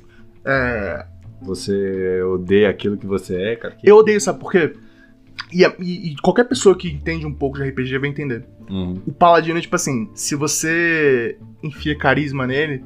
Você odeia aquilo que você é, cara? Eu odeio, sabe por quê? E qualquer pessoa que entende um pouco de RPG vai entender. O paladino é tipo assim, se você enfia carisma nele,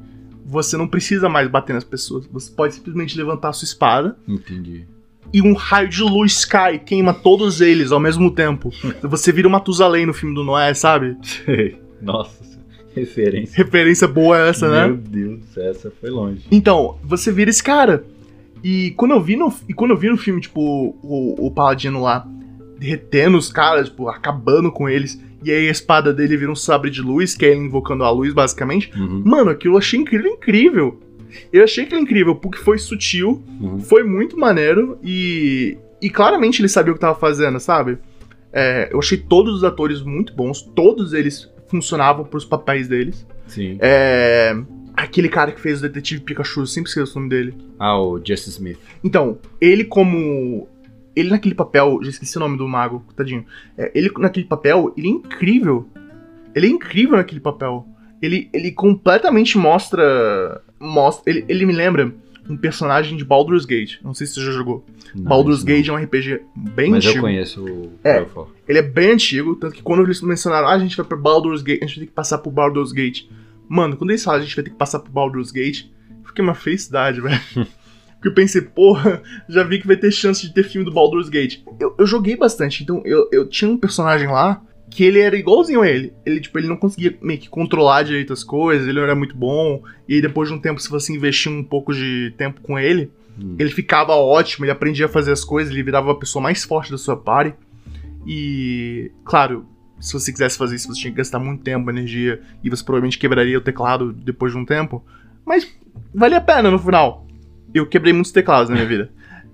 você não precisa mais bater nas pessoas. Você pode simplesmente levantar a sua espada. Entendi. E um raio de luz cai e queima todos eles ao mesmo tempo. Você vira o Matusalém no filme do Noé, sabe? Sei. Nossa, referência. Referência boa essa, né? Meu Deus, essa foi longe. Então, você vira esse cara. E quando eu vi no filme, tipo, o Paladino lá derretendo os caras, tipo, acabando com eles, e aí a espada dele vira um sabre de luz, que é ele invocando a luz, basicamente. Mano, aquilo eu achei incrível. Eu achei aquilo incrível, porque foi sutil, foi muito maneiro, e claramente ele sabia o que tava fazendo, sabe? Eu achei todos os atores muito bons, todos eles funcionavam pros papéis deles. Sim. Aquele cara que fez o Detetive Pikachu, eu sempre esqueço o nome dele. Ah, o Justin Smith. Então, ele naquele papel, já esqueci o nome do mago, tadinho. Ele naquele papel, ele é incrível. Ele é incrível naquele papel. Ele completamente mostra ele me lembra um personagem de Baldur's Gate. Não sei se você já jogou. Não, Baldur's Gate é um RPG bem antigo. Mas eu conheço o Redfall. Ele é bem antigo, tanto que quando eles mencionaram, a gente vai pra Baldur's Gate, a gente vai ter que passar por Baldur's Gate. Mano, quando eles falam, a gente vai ter que passar por Baldur's Gate, fiquei uma felicidade, velho. Porque eu pensei, porra, já vi que vai ter chance de ter filme do Baldur's Gate. Eu joguei bastante, então eu tinha um personagem lá que ele era igualzinho a ele. Ele não conseguia meio que controlar direito as coisas, ele não era muito bom. E aí, depois de um tempo, se você investir um pouco de tempo com ele, ele ficava ótimo, ele aprendia a fazer as coisas, ele virava a pessoa mais forte da sua party. E, claro, se você quisesse fazer isso, você tinha que gastar muito tempo, energia, e você provavelmente quebraria o teclado depois de um tempo. Mas valia a pena no final. Eu quebrei muitos teclados na minha vida.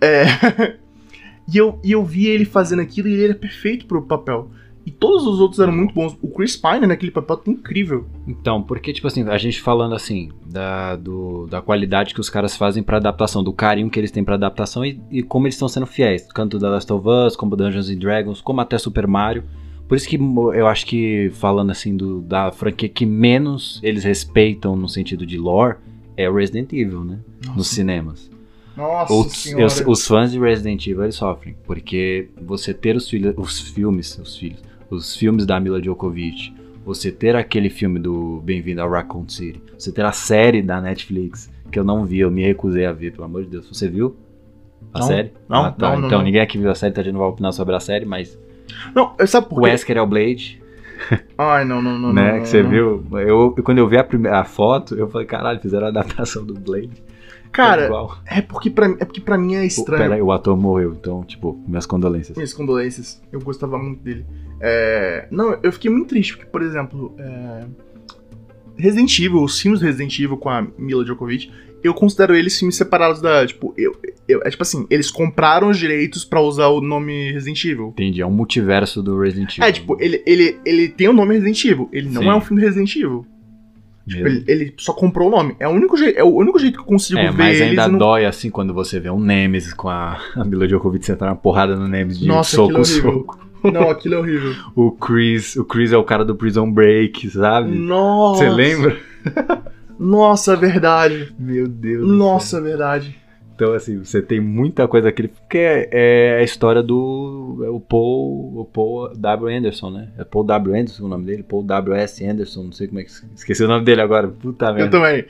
E eu vi ele fazendo aquilo e ele era perfeito pro papel. E todos os outros eram muito bons. O Chris Pine naquele papel tá incrível. Então, porque, tipo assim, a gente falando assim, da qualidade que os caras fazem pra adaptação, do carinho que eles têm pra adaptação e como eles estão sendo fiéis. Tanto da Last of Us, como Dungeons and Dragons, como até Super Mario. Por isso que eu acho que, falando assim, da franquia que menos eles respeitam no sentido de lore, é o Resident Evil, né? Nossa. Nos cinemas. Nossa senhora. Os fãs de Resident Evil, eles sofrem. Porque você ter os filmes da Mila Djokovic, você ter aquele filme do Bem-vindo a Raccoon City, você ter a série da Netflix, que eu não vi, eu me recusei a ver, pelo amor de Deus. Você viu a série? Não, tá. não. Então, ninguém aqui viu a série, então a gente não vai opinar sobre a série, mas... Não, sabe por O quê? Wesker é o Blade, Ai, não. né, não, que você não. viu. Quando eu vi a foto, eu falei, caralho, fizeram a adaptação do Blade. Cara, igual. é porque pra mim é estranho. Peraí, o ator morreu, então, tipo, minhas condolências. Minhas condolências, eu gostava muito dele. Não, eu fiquei muito triste, porque, por exemplo, Resident Evil, os filmes do Resident Evil com a Mila Djokovic, eu considero eles filmes separados da... Tipo, tipo assim, eles compraram os direitos pra usar o nome Resident Evil. Entendi, é um multiverso do Resident Evil. Tipo, ele tem o nome Resident Evil, ele não Sim. é um filme do Resident Evil. Tipo, Mesmo. ele só comprou o nome. É o único jeito que eu consigo ver mas eles. ainda e não... dói assim quando você vê um Nemesis com a Mila Djokovic sentar uma porrada no Nemesis de Nossa, soco aquilo é horrível. soco. Não, aquilo é horrível. O Chris é o cara do Prison Break, sabe? Nossa. Você lembra? Nossa, verdade. Meu Deus. Nossa, verdade. Então, assim, você tem muita coisa aqui, porque é a história do Paul W. Anderson, né? É Paul W. Anderson o nome dele? Paul W. S. Anderson, não sei como é que... Esqueci o nome dele agora, puta merda. Eu também.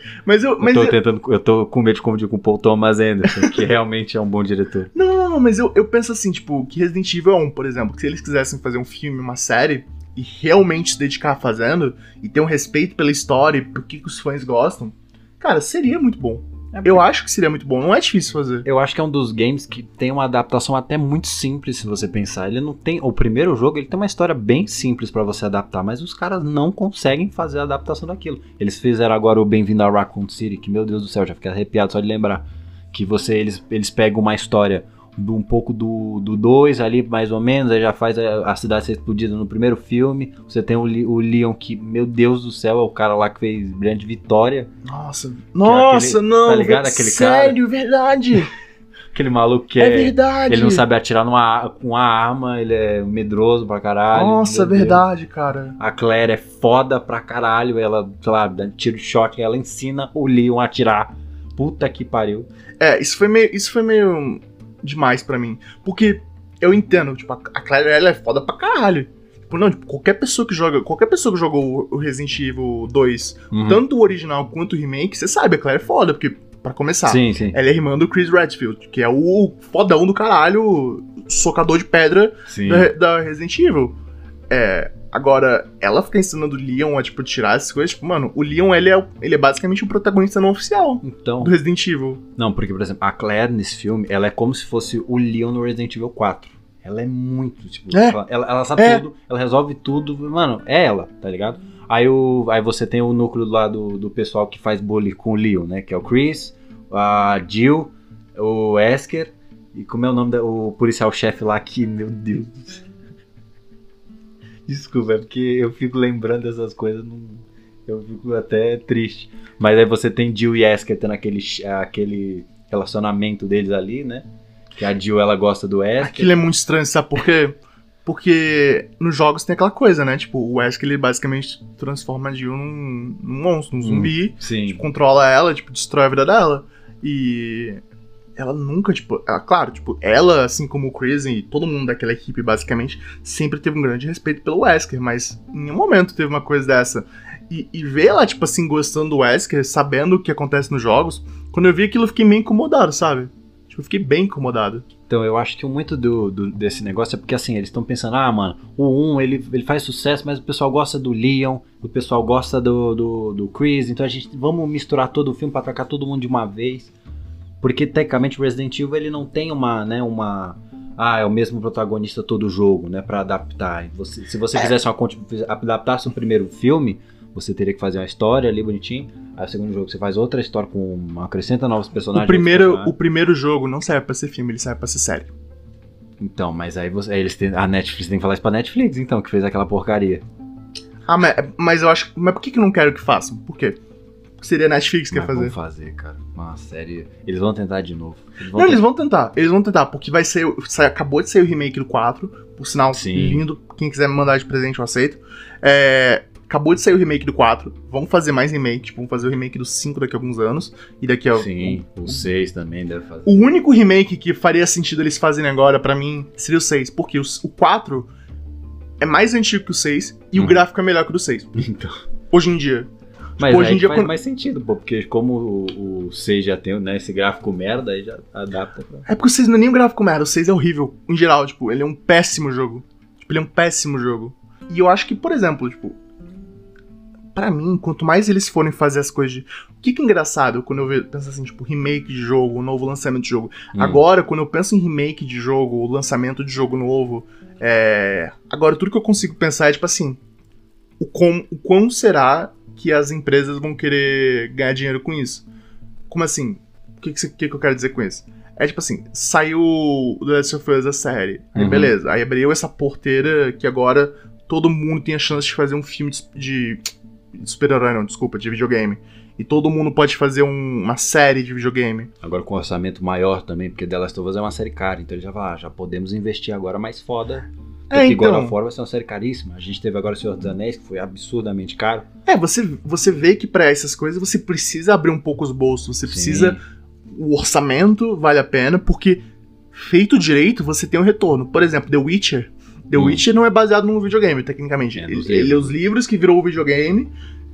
Eu tô com medo de confundir com o Paul Thomas Anderson, que realmente é um bom diretor. Não, mas eu penso assim, tipo, que Resident Evil 1, por exemplo, que se eles quisessem fazer um filme, uma série, e realmente se dedicar fazendo, e ter um respeito pela história e por que os fãs gostam, cara, seria muito bom. Eu acho que seria muito bom, não é difícil fazer. Eu acho que é um dos games que tem uma adaptação até muito simples, se você pensar. Ele não tem... O primeiro jogo, ele tem uma história bem simples pra você adaptar, mas os caras não conseguem fazer a adaptação daquilo. Eles fizeram agora o Bem-vindo a Raccoon City, que, meu Deus do céu, já fiquei arrepiado só de lembrar. Que eles pegam uma história um pouco do 2 ali, mais ou menos, aí já faz a cidade ser explodida no primeiro filme. Você tem o Leon, que, meu Deus do céu, é o cara lá que fez Brilhante Vitória. Nossa, aquele, não, tá ligado? Aquele sério, cara, verdade. aquele maluco que é verdade. Ele não sabe atirar com uma arma, ele é medroso pra caralho. Nossa, verdade, cara. A Claire é foda pra caralho, ela, sei lá, dá tiro de shot, ela ensina o Leon a atirar. Puta que pariu. Isso foi meio demais pra mim. Porque eu entendo, tipo, a Claire, ela é foda pra caralho. Tipo, não, tipo, qualquer pessoa que jogou o Resident Evil 2, tanto o original quanto o remake, você sabe, a Claire é foda, porque, pra começar, Sim, sim. ela é irmã do Chris Redfield, que é o fodão do caralho, socador de pedra da Resident Evil. Agora, ela fica ensinando o Leon a, tipo, tirar essas coisas, tipo, mano, o Leon, ele é basicamente o protagonista não oficial então, do Resident Evil. Não, porque, por exemplo, a Claire nesse filme, ela é como se fosse o Leon no Resident Evil 4. Ela é muito, tipo, ela sabe tudo, ela resolve tudo, mano, é ela, tá ligado? Aí você tem o núcleo lá do pessoal que faz bullying com o Leon, né, que é o Chris, a Jill, o Wesker, e como é o nome do policial-chefe lá que, meu Deus... Desculpa, é porque eu fico lembrando dessas coisas, eu fico até triste. Mas aí você tem Jill e Wesker tendo aquele relacionamento deles ali, né? Que a Jill, ela gosta do Wesker. Aquilo é muito estranho, sabe por quê? Porque nos jogos tem aquela coisa, né? Tipo, o Wesker, ele basicamente transforma a Jill num monstro, num zumbi. Sim. Tipo, controla ela, tipo, destrói a vida dela. E... ela nunca, tipo... claro, tipo, ela, assim como o Chris e todo mundo daquela equipe, basicamente, sempre teve um grande respeito pelo Wesker, mas em nenhum momento teve uma coisa dessa. E ver ela, tipo assim, gostando do Wesker, sabendo o que acontece nos jogos, quando eu vi aquilo eu fiquei meio incomodado, sabe? Tipo, eu fiquei bem incomodado. Então, eu acho que muito desse negócio é porque, assim, eles estão pensando, mano, o 1, ele faz sucesso, mas o pessoal gosta do Leon, o pessoal gosta do Chris, então vamos misturar todo o filme pra atacar todo mundo de uma vez. Porque, tecnicamente, o Resident Evil, ele não tem é o mesmo protagonista todo jogo, né, pra adaptar. Se você fizesse adaptasse o primeiro filme, você teria que fazer uma história ali bonitinho. Aí o segundo jogo você faz outra história acrescenta novos personagens. O primeiro jogo não serve pra ser filme, ele serve pra ser série. Então, mas aí a Netflix tem que falar isso pra Netflix, então, que fez aquela porcaria. Mas eu acho... Mas por que não quero que façam? Por quê? Seria a Netflix que ia fazer. Vão fazer, cara. Uma série... Eles vão tentar de novo. Eles vão tentar, porque vai ser... Acabou de sair o remake do 4, por sinal, lindo. Quem quiser me mandar de presente, eu aceito. Acabou de sair o remake do 4. Vamos fazer mais remake. Tipo, vamos fazer o remake do 5 daqui a alguns anos. E daqui a... Sim, o 6 também deve fazer. O único remake que faria sentido eles fazerem agora, pra mim, seria o 6. Porque o 4 é mais antigo que o 6 e o gráfico é melhor que o do 6. Então... Hoje em dia. Mas hoje em dia faz mais sentido, pô, porque como o 6 já tem, né, esse gráfico merda, aí já adapta pra... É porque o 6 não é nem um gráfico merda, o 6 é horrível, em geral, tipo, ele é um péssimo jogo. Tipo, ele é um péssimo jogo. E eu acho que, por exemplo, tipo, pra mim, quanto mais eles forem fazer as coisas de... O que é engraçado quando eu penso assim, tipo, remake de jogo, novo lançamento de jogo. Agora, quando eu penso em remake de jogo, lançamento de jogo novo, agora tudo que eu consigo pensar é, tipo assim, o quão será que as empresas vão querer ganhar dinheiro com isso. Como assim? O que eu quero dizer com isso? É tipo assim, saiu o The Last of Us, a série. Aí beleza, aí abriu essa porteira que agora todo mundo tem a chance de fazer um filme de super-herói, não, desculpa, de videogame. E todo mundo pode fazer uma série de videogame. Agora com orçamento maior também, porque The Last of Us é uma série cara, então ele já fala, já podemos investir agora mais foda. Porque God of War vai ser uma série caríssima. A gente teve agora o Senhor dos Anéis, que foi absurdamente caro. Você vê que pra essas coisas você precisa abrir um pouco os bolsos. Você precisa... O orçamento vale a pena, porque feito direito, você tem um retorno. Por exemplo, The Witcher. The Witcher não é baseado num videogame, tecnicamente. Ele é os livros que virou o videogame.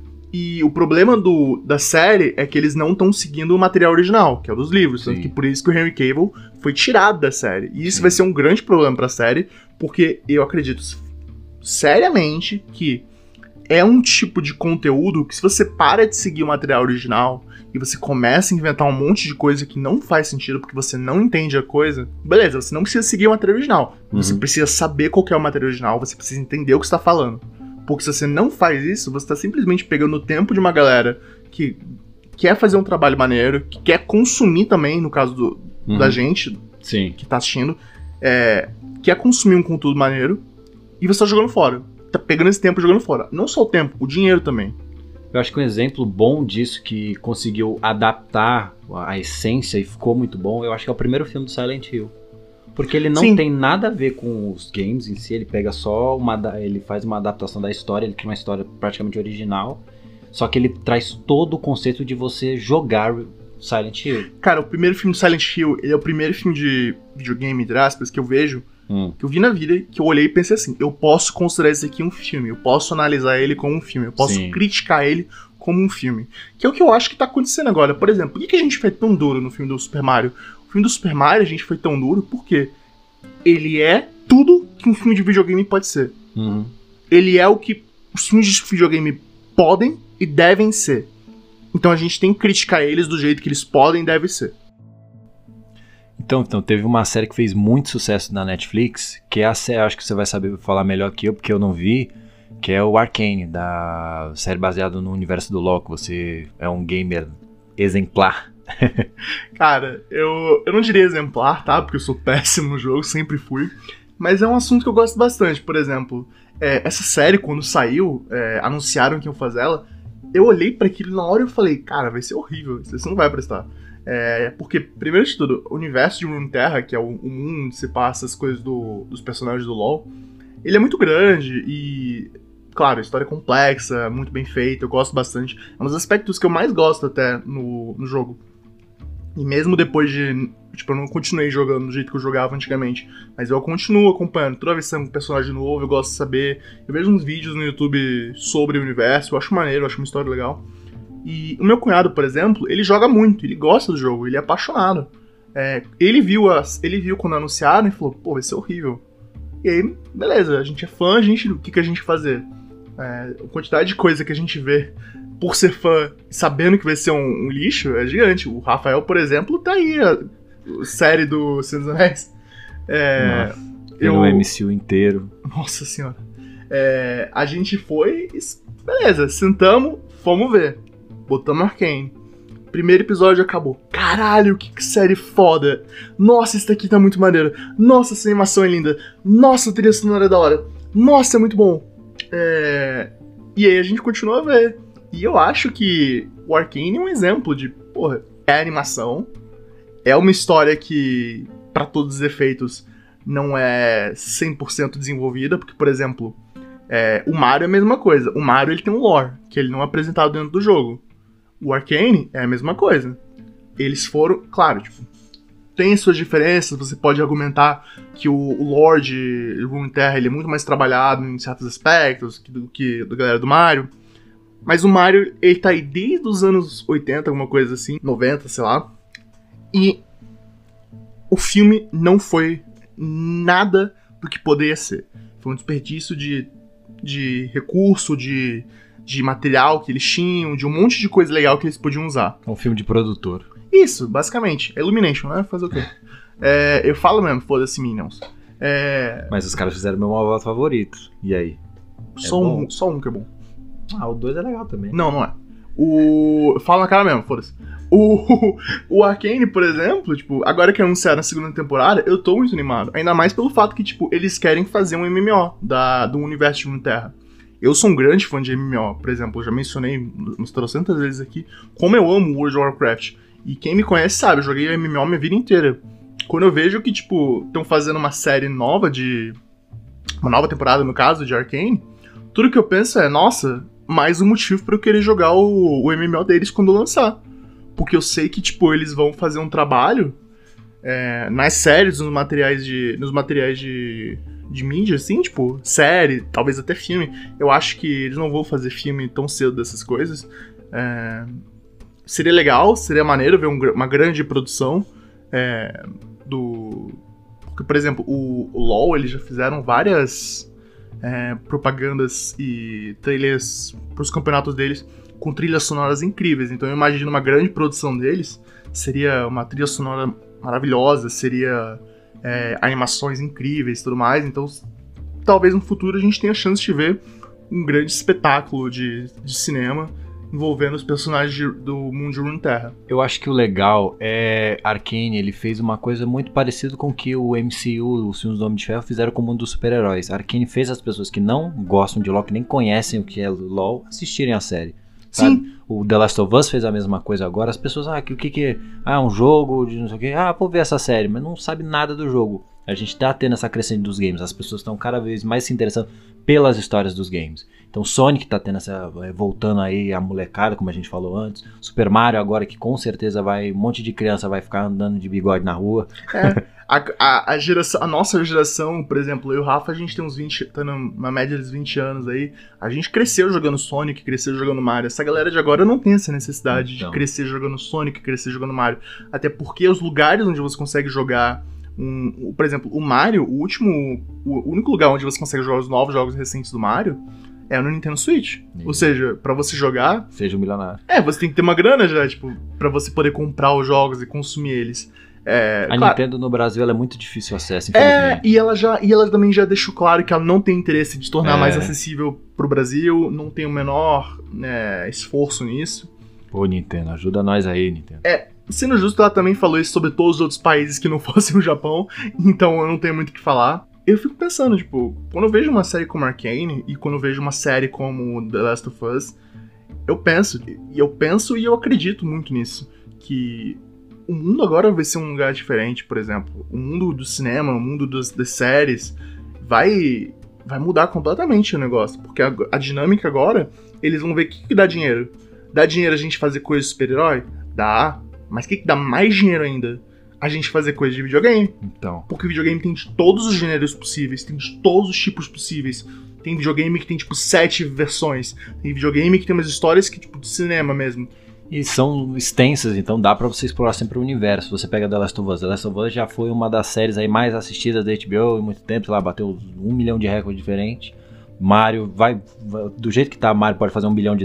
E o problema da série é que eles não estão seguindo o material original, que é o dos livros. Tanto que por isso que o Henry Cavill foi tirado da série. E isso vai ser um grande problema pra série, porque eu acredito seriamente que é um tipo de conteúdo que, se você para de seguir o material original e você começa a inventar um monte de coisa que não faz sentido porque você não entende a coisa, beleza, você não precisa seguir o material original. Você precisa saber qual que é o material original, você precisa entender o que você está falando. Porque se você não faz isso, você está simplesmente pegando o tempo de uma galera que quer fazer um trabalho maneiro, que quer consumir também, no caso da gente que tá assistindo, quer consumir um conteúdo maneiro, e você tá jogando fora. Tá pegando esse tempo e jogando fora. Não só o tempo, o dinheiro também. Eu acho que um exemplo bom disso, que conseguiu adaptar a essência e ficou muito bom, eu acho que é o primeiro filme do Silent Hill. Porque ele não tem nada a ver com os games em si, ele pega só ele faz uma adaptação da história, ele cria uma história praticamente original, só que ele traz todo o conceito de você jogar Silent Hill. Cara, o primeiro filme do Silent Hill, ele é o primeiro filme de videogame, entre aspas, que eu vejo que eu vi na vida, que eu olhei e pensei assim, eu posso considerar isso aqui um filme, eu posso analisar ele como um filme, eu posso criticar ele como um filme. Que é o que eu acho que tá acontecendo agora. Por exemplo, por que a gente foi tão duro no filme do Super Mario? O filme do Super Mario a gente foi tão duro porque ele é tudo que um filme de videogame pode ser. Ele é o que os filmes de videogame podem e devem ser. Então a gente tem que criticar eles do jeito que eles podem e devem ser. Então, teve uma série que fez muito sucesso na Netflix, que é a série, acho que você vai saber falar melhor que eu, porque eu não vi, que é o Arcane, da série baseada no universo do LoL, que você é um gamer exemplar. Cara, eu não diria exemplar, tá? Porque eu sou péssimo no jogo, sempre fui. Mas é um assunto que eu gosto bastante. Por exemplo, essa série, quando saiu, anunciaram que iam fazer ela, eu olhei pra aquilo na hora e eu falei, cara, vai ser horrível, isso não vai prestar. Porque, primeiro de tudo, o universo de Runeterra, que é o mundo onde se passa as coisas dos personagens do LoL, ele é muito grande e, claro, a história é complexa, muito bem feita, eu gosto bastante. É um dos aspectos que eu mais gosto até no jogo. E mesmo depois de... Tipo, eu não continuei jogando do jeito que eu jogava antigamente, mas eu continuo acompanhando. Toda vez que tem um personagem novo, eu gosto de saber. Eu vejo uns vídeos no YouTube sobre o universo, eu acho maneiro, eu acho uma história legal. E o meu cunhado, por exemplo, ele joga muito, ele gosta do jogo, ele é apaixonado. Ele viu quando anunciaram e falou, pô, vai ser horrível. E aí, beleza, a gente é fã, o que a gente fazer? A quantidade de coisa que a gente vê por ser fã, sabendo que vai ser um lixo, é gigante. O Rafael, por exemplo, tá aí, a série do Senhor dos Anéis. No MCU inteiro. Nossa senhora. A gente foi, beleza, sentamos, fomos ver. Botamos Arcane. Primeiro episódio acabou. Caralho, que série foda. Nossa, isso daqui tá muito maneiro. Nossa, essa animação é linda. Nossa, a trilha sonora é da hora. Nossa, é muito bom. E aí a gente continua a ver. E eu acho que o Arcane é um exemplo de, porra, é animação. É uma história que, pra todos os efeitos, não é 100% desenvolvida. Porque, por exemplo, o Mario é a mesma coisa. O Mario ele tem um lore, que ele não é apresentado dentro do jogo. O Arcane é a mesma coisa. Eles foram, claro, tipo, tem suas diferenças, você pode argumentar que o lore de Runeterra ele é muito mais trabalhado em certos aspectos do que do galera do Mario. Mas o Mario, ele tá aí desde os anos 80, alguma coisa assim, 90, sei lá. E o filme não foi nada do que poderia ser. Foi um desperdício de recurso, de material que eles tinham, de um monte de coisa legal que eles podiam usar. É um filme de produtor. Isso, basicamente. É Illumination, né? Fazer o quê? Eu falo mesmo, foda-se Minions. Mas os caras fizeram meu malvado favorito. E aí? Só um que é bom. O 2 é legal também. Não é. Fala na cara mesmo, foda-se. O Arcane, por exemplo, tipo, agora que anunciaram a segunda temporada, eu tô muito animado. Ainda mais pelo fato que, tipo, eles querem fazer um MMO do universo de Runeterra. Eu sou um grande fã de MMO, por exemplo, eu já mencionei umas 300 vezes aqui como eu amo World of Warcraft. E quem me conhece sabe, eu joguei MMO minha vida inteira. Quando eu vejo que, tipo, estão fazendo uma série nova uma nova temporada, no caso, de Arcane, tudo que eu penso é, nossa, mais um motivo pra eu querer jogar o MMO deles quando lançar. Porque eu sei que, tipo, eles vão fazer um trabalho nas séries, nos materiais de mídia, assim, tipo, série, talvez até filme. Eu acho que eles não vão fazer filme tão cedo dessas coisas. Seria legal, seria maneiro ver uma grande produção Porque, por exemplo, o LoL, eles já fizeram várias propagandas e trailers pros campeonatos deles com trilhas sonoras incríveis. Então eu imagino uma grande produção deles, seria uma trilha sonora maravilhosa, seria animações incríveis e tudo mais. Então talvez no futuro a gente tenha a chance de ver um grande espetáculo de cinema envolvendo os personagens do mundo de Runeterra. Eu acho que o legal é Arcane, ele fez uma coisa muito parecida com o que o MCU, os filmes do Homem de Ferro, fizeram com o mundo dos super-heróis. Arcane fez as pessoas que não gostam de LoL, que nem conhecem o que é LoL, assistirem a série. Sabe? Sim. O The Last of Us fez a mesma coisa agora. As pessoas, o que é? Um jogo de não sei o que. Vou ver essa série, mas não sabe nada do jogo. A gente tá tendo essa crescente dos games. As pessoas estão cada vez mais se interessando pelas histórias dos games. Então Sonic tá tendo essa... voltando aí a molecada, como a gente falou antes. Tá Mario agora, que com certeza vai... Um monte de criança vai ficar andando de bigode na rua. A nossa geração, por exemplo, eu e o Rafa, a gente tem uns 20... Tá numa média de 20 anos aí. A gente cresceu jogando Sonic, cresceu jogando Mario. Essa galera de agora não tem essa necessidade de crescer jogando Sonic, crescer jogando Mario. Até porque os lugares onde você consegue jogar... por exemplo, o Mario, o único lugar onde você consegue jogar os novos jogos recentes do Mario é no Nintendo Switch. Ou seja, pra você jogar... Seja um milionário. Você tem que ter uma grana já, tipo, pra você poder comprar os jogos e consumir eles. A Nintendo no Brasil ela é muito difícil o acesso, infelizmente. E ela também já deixou claro que ela não tem interesse de tornar mais acessível pro Brasil, não tem o menor esforço nisso. Pô, Nintendo, ajuda nós aí, Nintendo. Sendo justo, ela também falou isso sobre todos os outros países que não fossem o Japão, então eu não tenho muito o que falar. Eu fico pensando, tipo, quando eu vejo uma série como Arcane e quando eu vejo uma série como The Last of Us, eu penso e eu acredito muito nisso, que o mundo agora vai ser um lugar diferente, por exemplo. O mundo do cinema, o mundo das séries vai mudar completamente o negócio, porque a dinâmica agora, eles vão ver o que dá dinheiro. Dá dinheiro a gente fazer coisa de super-herói? Dá. Mas o que dá mais dinheiro ainda? A gente fazer coisa de videogame. Então. Porque videogame tem de todos os gêneros possíveis, tem de todos os tipos possíveis. Tem videogame que tem, tipo, 7 versões. Tem videogame que tem umas histórias que, tipo, de cinema mesmo. E são extensas, então dá pra você explorar sempre o universo. Você pega The Last of Us. The Last of Us já foi uma das séries aí mais assistidas da HBO em muito tempo. Sei lá, bateu 1 milhão de recordes diferentes. Mario, do jeito que tá, Mario pode fazer $1 bilhão.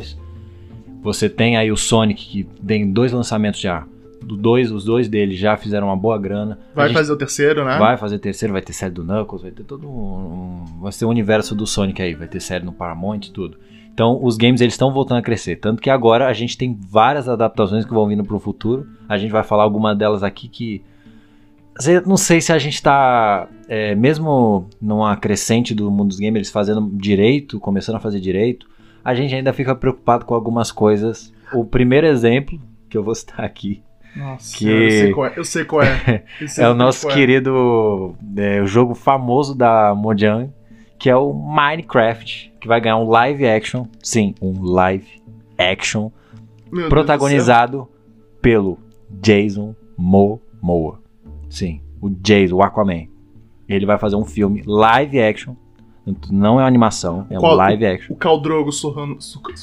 Você tem aí o Sonic, que tem 2 lançamentos já. Os dois deles já fizeram uma boa grana. Vai fazer o terceiro, né? Vai fazer o terceiro, vai ter série do Knuckles, vai ter todo vai ser o universo do Sonic aí, vai ter série no Paramount e tudo. Então os games eles estão voltando a crescer. Tanto que agora a gente tem várias adaptações que vão vindo pro futuro. A gente vai falar alguma delas aqui que... Não sei se a gente tá... mesmo numa crescente do mundo dos games, eles fazendo direito, começando a fazer direito, a gente ainda fica preocupado com algumas coisas. O primeiro exemplo que eu vou citar aqui, nossa, que eu sei qual é. É o nosso querido o jogo famoso da Mojang, que é o Minecraft, que vai ganhar um live action. Sim, um live action protagonizado pelo Jason Momoa. Sim, o Jason, o Aquaman. Ele vai fazer um filme live action. Não é uma animação, é um live action. O Khal Drogo socando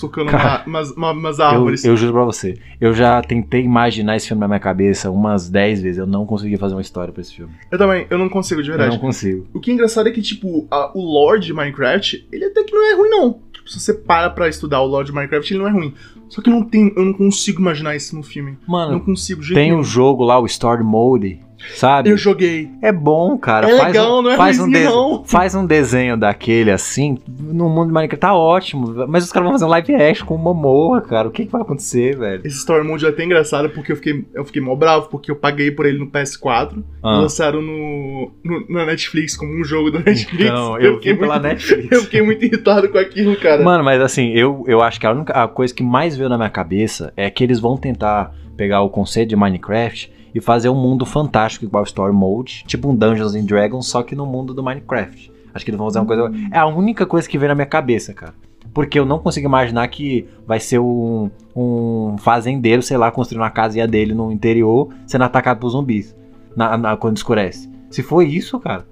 umas árvores. Eu juro pra você, eu já tentei imaginar esse filme na minha cabeça umas 10 vezes. Eu não consegui fazer uma história pra esse filme. Eu também, eu não consigo, de verdade. Eu não consigo. O que é engraçado é que, tipo, o lore de Minecraft, ele até que não é ruim, não. Tipo, se você para pra estudar o lore de Minecraft, ele não é ruim. Só que eu não consigo imaginar isso no filme. Mano, não consigo, tem um jogo lá, o Story Mode, sabe? Eu joguei. É bom, cara. Não é não. Faz um desenho daquele assim, no mundo de Minecraft, tá ótimo. Mas os caras vão fazer um live action com o Momoa, cara. O que vai acontecer, velho? Esse Story Mode é até engraçado, porque eu fiquei mó bravo, porque eu paguei por ele no PS4 e lançaram na Netflix, como um jogo da Netflix. Não, eu vi pela Netflix. Eu fiquei muito irritado com aquilo, cara. Mano, mas assim, eu acho que a coisa que mais veio na minha cabeça é que eles vão tentar pegar o conceito de Minecraft e fazer um mundo fantástico igual Story Mode, tipo um Dungeons and Dragons, só que no mundo do Minecraft. Acho que eles vão fazer uma coisa... É a única coisa que veio na minha cabeça, cara. Porque eu não consigo imaginar que vai ser um fazendeiro, sei lá, construindo uma casinha dele no interior, sendo atacado por zumbis quando escurece. Se for isso, cara...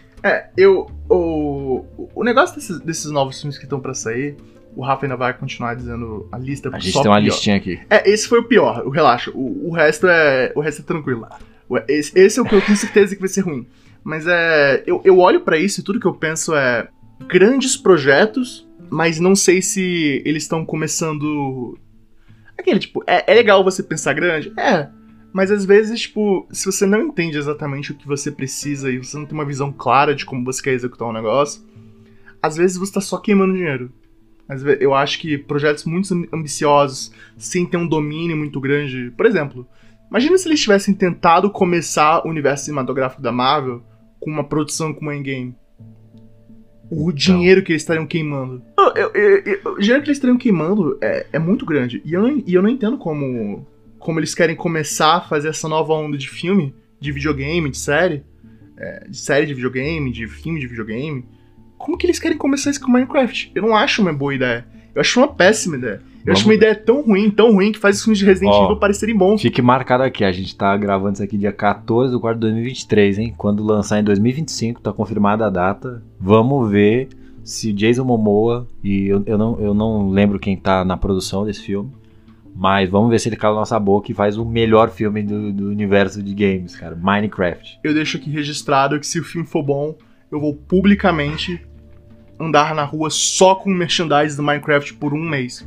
O negócio desses novos filmes que estão pra sair... O Rafa ainda vai continuar dizendo a lista. A gente tem uma listinha aqui. Esse foi o pior, relaxa. O resto é tranquilo. Esse é o que eu tenho certeza que vai ser ruim. Mas eu olho pra isso e tudo que eu penso é grandes projetos, mas não sei se eles estão começando... Aquele, tipo, é legal você pensar grande? Mas às vezes, tipo, se você não entende exatamente o que você precisa e você não tem uma visão clara de como você quer executar um negócio, às vezes você tá só queimando dinheiro. Eu acho que projetos muito ambiciosos, sem ter um domínio muito grande... Por exemplo, imagina se eles tivessem tentado começar o universo cinematográfico da Marvel com uma produção como a Endgame. O dinheiro que eles estariam queimando. O dinheiro que eles estariam queimando é muito grande. E eu não entendo como eles querem começar a fazer essa nova onda de filme, de videogame, de série, de série de videogame, de filme de videogame, como que eles querem começar isso com Minecraft? Eu não acho uma boa ideia. Eu acho uma péssima ideia. Eu acho uma ideia tão ruim, que faz os filmes de Resident Evil parecerem bons. Fique marcado aqui, a gente tá gravando isso aqui dia 14 de 4 de 2023, hein? Quando lançar em 2025, tá confirmada a data. Vamos ver se Jason Momoa, e eu não lembro quem tá na produção desse filme, mas vamos ver se ele cala a nossa boca e faz o melhor filme do universo de games, cara. Minecraft. Eu deixo aqui registrado que se o filme for bom, eu vou publicamente andar na rua só com merchandise do Minecraft por um mês.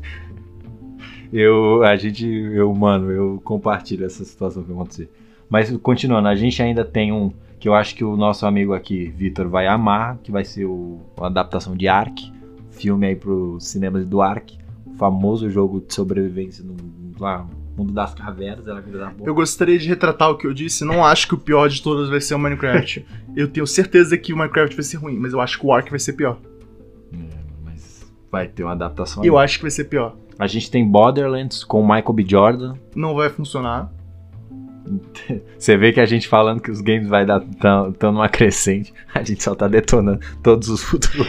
Eu compartilho essa situação que vai acontecer. Mas continuando, a gente ainda tem um que eu acho que o nosso amigo aqui, Vitor, vai amar, que vai ser a adaptação de Ark, filme aí pros cinemas do Ark, o famoso jogo de sobrevivência no mundo das cavernas. Eu gostaria de retratar o que eu disse, não acho que o pior de todos vai ser o Minecraft. Eu tenho certeza que o Minecraft vai ser ruim, mas eu acho que o Ark vai ser pior. Mas vai ter uma adaptação. Eu acho que vai ser pior. A gente tem Borderlands com o Michael B. Jordan. Não vai funcionar. Você vê que a gente falando que os games vai dar tão numa crescente, a gente só tá detonando todos os futuros.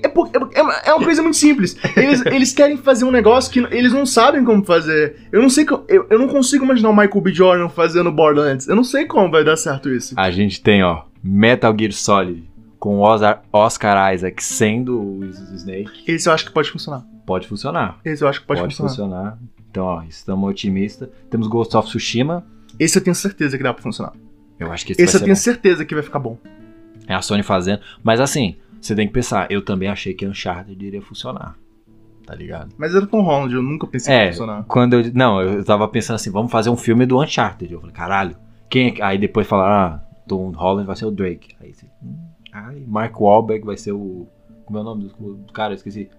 É uma coisa muito simples. Eles querem fazer um negócio que eles não sabem como fazer. Eu não consigo imaginar o Michael B. Jordan fazendo Borderlands. Eu não sei como vai dar certo isso. A gente tem, Metal Gear Solid com Oscar Isaac sendo o Snake. Esse eu acho que pode funcionar. Pode funcionar. Esse eu acho que pode funcionar. Então, estamos otimistas. Temos Ghost of Tsushima. Esse eu tenho certeza que dá pra funcionar. Eu acho que esse eu tenho certeza que vai ficar bom. É a Sony fazendo. Mas assim, você tem que pensar. Eu também achei que Uncharted iria funcionar. Tá ligado? Mas era Tom Holland, eu nunca pensei que ia funcionar. Eu tava pensando assim, vamos fazer um filme do Uncharted. Eu falei, caralho. Aí depois falaram, Tom Holland vai ser o Drake. Aí Mark Wahlberg vai ser o... Como é o nome do cara? Eu esqueci.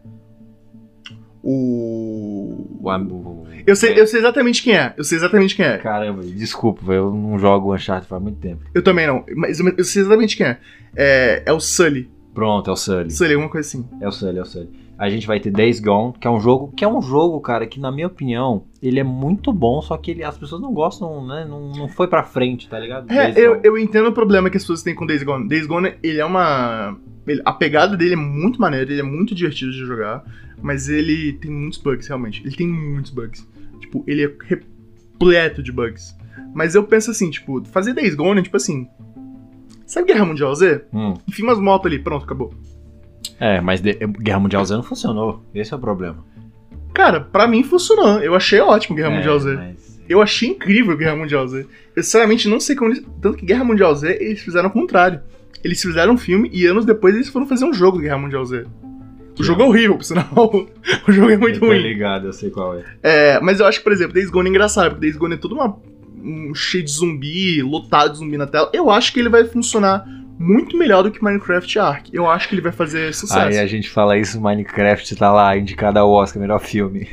Eu sei exatamente quem é. Caramba, desculpa, eu não jogo Uncharted faz muito tempo. Eu também não, mas eu sei exatamente quem é. É o Sully. Pronto, é o Sully. Sully, alguma coisa assim. É o Sully. A gente vai ter Days Gone, que é um jogo, cara, que na minha opinião, ele é muito bom, só que as pessoas não gostam, né? Não foi pra frente, tá ligado? Eu entendo o problema que as pessoas têm com Days Gone. Days Gone, ele é a pegada dele é muito maneira, ele é muito divertido de jogar, mas ele tem muitos bugs, realmente. Ele tem muitos bugs. Tipo, ele é repleto de bugs. Mas eu penso assim, tipo, fazer Days Gone, tipo assim... Sabe Guerra Mundial Z? Enfim, umas motos ali, pronto, acabou. Mas Guerra Mundial Z não funcionou. Esse é o problema. Cara, pra mim funcionou. Eu achei ótimo Guerra Mundial Z. Eu achei incrível Guerra Mundial Z. Eu sinceramente não sei como eles... Tanto que Guerra Mundial Z, eles fizeram o contrário. Eles fizeram um filme e anos depois eles foram fazer um jogo de Guerra Mundial Z. O jogo é horrível, por sinal. O jogo é muito ruim. Eu tô ligado, eu sei qual é. Mas eu acho que, por exemplo, Days Gone é engraçado, porque Days Gone é todo cheio de zumbi, lotado de zumbi na tela. Eu acho que ele vai funcionar muito melhor do que Minecraft Ark. Eu acho que ele vai fazer sucesso. Aí a gente fala isso, Minecraft tá lá indicado ao Oscar, melhor filme.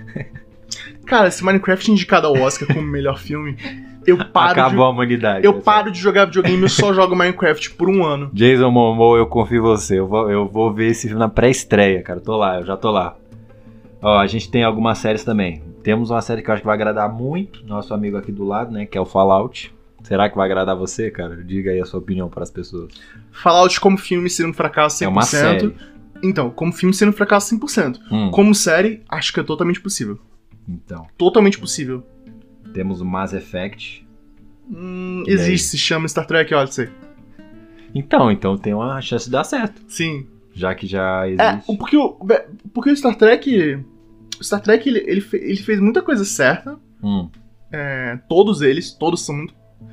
Cara, se Minecraft é indicado ao Oscar como melhor filme, acabou a humanidade. Eu paro de jogar videogame e só jogo Minecraft por um ano. Jason Momoa, eu confio em você. Eu vou ver esse filme na pré-estreia, cara. Eu já tô lá. A gente tem algumas séries também. Temos uma série que eu acho que vai agradar muito nosso amigo aqui do lado, né? Que é o Fallout. Será que vai agradar você, cara? Diga aí a sua opinião para as pessoas. Fallout como filme sendo um fracasso 100%. É uma série. Então, como filme sendo um fracasso 100%. Como série, acho que é totalmente possível. Então. Totalmente possível. Temos o Mass Effect. Existe, se chama Star Trek Odyssey. Então tem uma chance de dar certo. Sim. Já que já existe. Porque o Star Trek... O Star Trek, ele fez muita coisa certa. Todos são muito...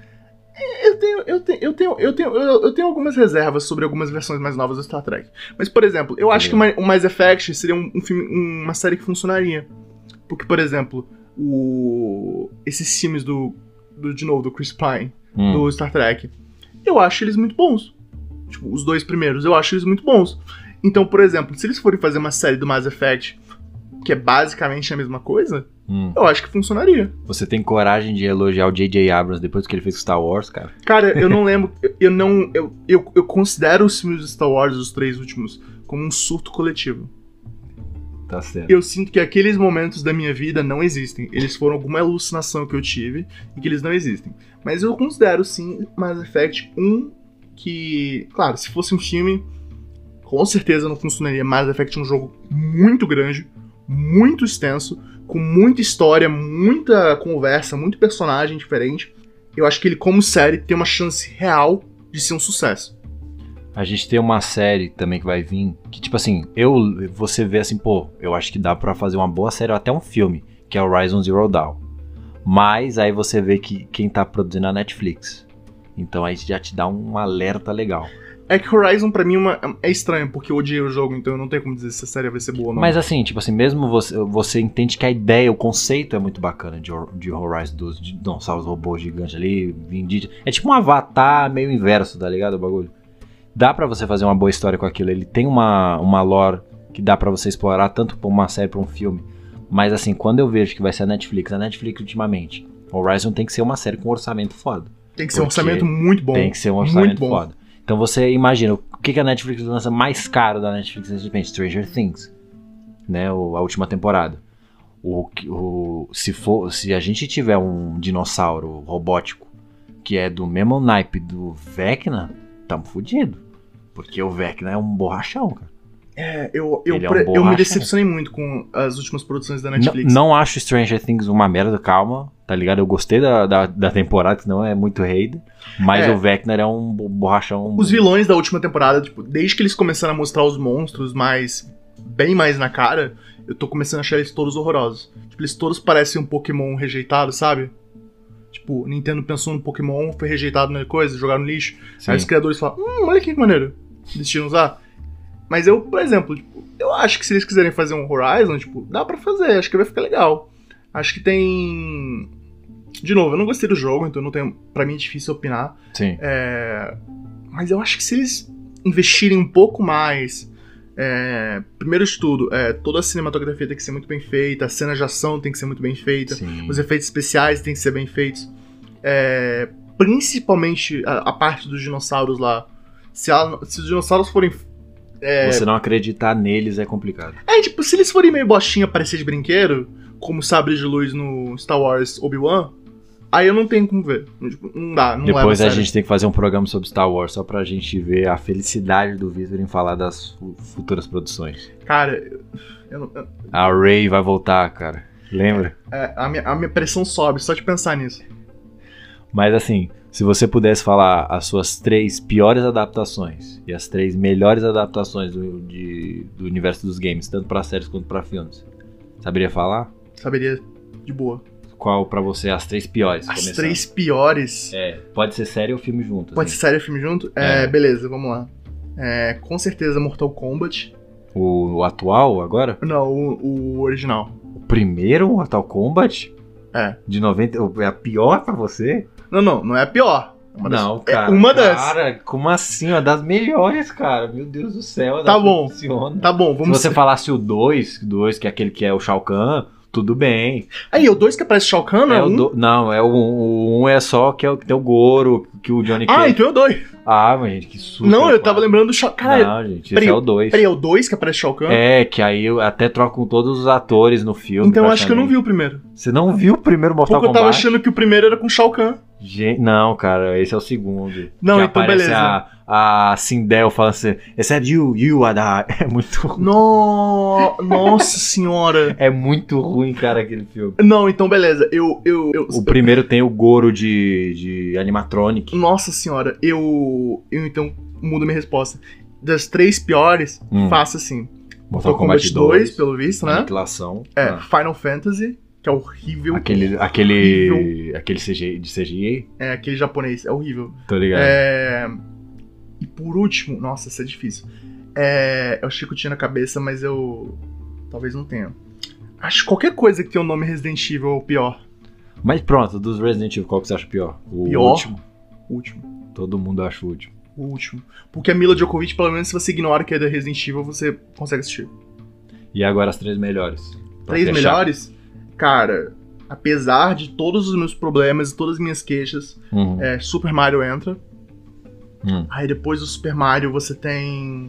Eu tenho algumas reservas sobre algumas versões mais novas do Star Trek. Mas, por exemplo, eu acho que o Mass Effect seria uma série que funcionaria. Porque, por exemplo, esses filmes do Chris Pine, do Star Trek, eu acho eles muito bons. Tipo, os dois primeiros, eu acho eles muito bons. Então, por exemplo, se eles forem fazer uma série do Mass Effect, que é basicamente a mesma coisa, eu acho que funcionaria. Você tem coragem de elogiar o J.J. Abrams depois que ele fez Star Wars, cara? Cara, eu não lembro. Eu considero os filmes de Star Wars, os 3 últimos, como um surto coletivo. Tá certo. Eu sinto que aqueles momentos da minha vida não existem. Eles foram alguma alucinação que eu tive e que eles não existem. Mas eu considero, sim, Mass Effect 1, que, claro, se fosse um filme, com certeza não funcionaria. Mass Effect é um jogo muito grande, muito extenso, com muita história, muita conversa, muito personagem diferente. Eu acho que ele, como série, tem uma chance real de ser um sucesso. A gente tem uma série também que vai vir, que tipo assim, você vê assim, pô, eu acho que dá pra fazer uma boa série ou até um filme, que é Horizon Zero Dawn. Mas aí você vê que quem tá produzindo é a Netflix. Então aí já te dá um alerta legal. É que Horizon pra mim é estranho, porque eu odiei o jogo, então eu não tenho como dizer se a série vai ser boa ou não. Mas assim, tipo assim, mesmo você entende que a ideia, o conceito é muito bacana de Horizon dos dinossauros robôs gigantes ali, é tipo um Avatar meio inverso, tá ligado o bagulho? Dá pra você fazer uma boa história com aquilo, ele tem uma lore que dá pra você explorar tanto pra uma série, pra um filme. Mas assim, quando eu vejo que vai ser a Netflix ultimamente, Horizon tem que ser uma série com um orçamento foda. Tem que ser um orçamento muito bom. Tem que ser um orçamento foda. Então você imagina, o que a Netflix lança mais caro da Netflix recentemente? Stranger Things, né, a última temporada. Se a gente tiver um dinossauro robótico que é do mesmo naipe do Vecna, tamo fudido. Porque o Vecna é um borrachão, cara. Eu me decepcionei muito com as últimas produções da Netflix. Não acho Stranger Things uma merda, calma, tá ligado? Eu gostei da temporada, que não é muito hater, mas o Vecna é um borrachão. Os vilões da última temporada, tipo, desde que eles começaram a mostrar os monstros bem mais na cara, eu tô começando a achar eles todos horrorosos. Tipo, eles todos parecem um Pokémon rejeitado, sabe? Tipo, Nintendo pensou no Pokémon, foi rejeitado na coisa, jogaram no lixo. Sim. Aí os criadores falaram, olha que maneiro, decidiram usar. Mas eu, por exemplo, tipo, eu acho que se eles quiserem fazer um Horizon, tipo, dá pra fazer, acho que vai ficar legal. Acho que tem... De novo, eu não gostei do jogo, então não tenho... Pra mim é difícil opinar. Sim. Mas eu acho que se eles investirem um pouco mais... primeiro de tudo, toda a cinematografia tem que ser muito bem feita, a cena de ação tem que ser muito bem feita, sim. Os efeitos especiais tem que ser bem feitos. Principalmente a parte dos dinossauros lá. Se os dinossauros forem... Você não acreditar neles é complicado. Tipo, se eles forem meio bostinha, parecer de brinquedo, como sabre de luz no Star Wars Obi-Wan, aí eu não tenho como ver. Tipo, não dá, não Depois leva a gente tem que fazer um programa sobre Star Wars, só pra gente ver a felicidade do Vitor em falar das futuras produções. Cara, a Rey vai voltar, cara. Lembra? A minha pressão sobe só de pensar nisso. Mas assim, se você pudesse falar as suas 3 piores adaptações e as 3 melhores adaptações do universo dos games, tanto pra séries quanto pra filmes, saberia falar? Saberia, de boa. Qual pra você as 3 piores? As 3 piores? Pode ser série ou filme junto. Pode ser série ou filme junto? Beleza, vamos lá. Com certeza Mortal Kombat. O atual agora? Não, o original. O primeiro Mortal Kombat? De 90, é a pior pra você? Não é a pior. Cara. Uma das. Cara, como assim? Uma das melhores, cara. Meu Deus do céu. Tá bom. Funciona. Tá bom, vamos. Se você falasse o 2, que é aquele que é o Shao Kahn, tudo bem. Aí, o 2 que aparece Shao Kahn, não é o 1? Não, o 1 é só que tem o Goro, que o Johnny Cage. Então é o 2. Mas gente, que susto. Não, eu tava lembrando do Shao Kahn. Não, gente, esse é o 2. Peraí, é o 2 que aparece Shao Kahn? Que aí eu até troco com todos os atores no filme. Então eu acho que eu não vi o primeiro. Você não viu o primeiro Mortal Kombat? Porque eu tava achando que o primeiro era com Shao Kahn. Não, cara, esse é o segundo. Não, que então beleza. A Sindel falando assim, esse é you Ada. É muito ruim. Nossa senhora. É muito ruim, cara, aquele filme. Não, então beleza. O primeiro tem o Goro de animatronic. Nossa senhora, eu então mudo minha resposta. Das 3 piores, faço assim. Mortal Kombat 2, pelo visto, né? Aniquilação. Final Fantasy, que é horrível. Aquele CGI de CGI? Aquele japonês, é horrível. Tô ligado. E por último, nossa, isso é difícil. Eu achei que eu tinha na cabeça, mas eu talvez não tenha. Acho que qualquer coisa que tenha o nome Resident Evil é o pior. Mas pronto, dos Resident Evil, qual que você acha pior? O último? O último. Todo mundo acha o último. O último. Porque a Mila Djokovic, pelo menos se você ignora que é da Resident Evil, você consegue assistir. E agora as 3 melhores? 3 melhores? Cara, apesar de todos os meus problemas e todas as minhas queixas, Super Mario entra. Aí depois do Super Mario você tem...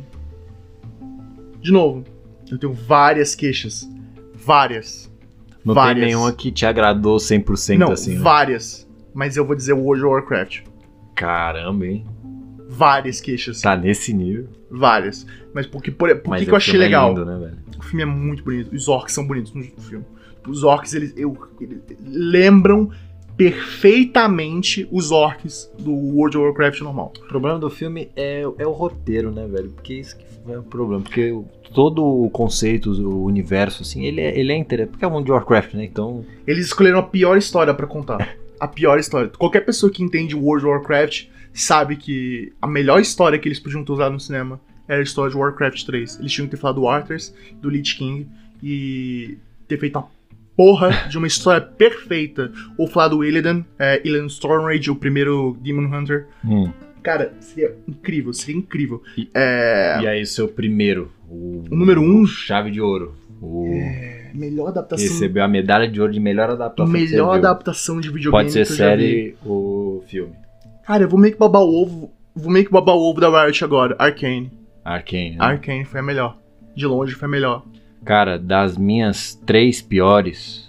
De novo, eu tenho várias queixas. Várias. Não tem nenhuma que te agradou 100% assim, né? Várias. Mas eu vou dizer World of Warcraft. Caramba, hein? várias queixas. Tá nesse nível. Várias. Mas por que Mas eu achei legal? É lindo, né, velho? O filme é muito bonito. Os orcs são bonitos no filme. Os orcs, eles lembram perfeitamente os orcs do World of Warcraft normal. O problema do filme é o roteiro, né, velho? Porque isso que é o problema. Porque todo o conceito, o universo, assim, ele é interessante. Porque é um mundo de Warcraft, né? Então. Eles escolheram a pior história pra contar. A pior história. Qualquer pessoa que entende World of Warcraft sabe que a melhor história que eles podiam ter usado no cinema era a história de Warcraft 3. Eles tinham que ter falado do Arthas, do Lich King e ter feito a porra de uma história perfeita. Ou falar do Illidan Stormrage, o primeiro Demon Hunter. Cara, seria incrível, seria incrível. E aí, seu primeiro, o número 1, Chave de Ouro. Melhor adaptação. Recebeu a medalha de ouro de melhor adaptação. Melhor adaptação de videogame. Pode ser série ou filme. Cara, eu vou meio que babar o ovo. Vou meio que babar o ovo da Riot agora. Arcane. Arcane, né? Arcane foi a melhor. De longe foi a melhor. Cara, das minhas três piores,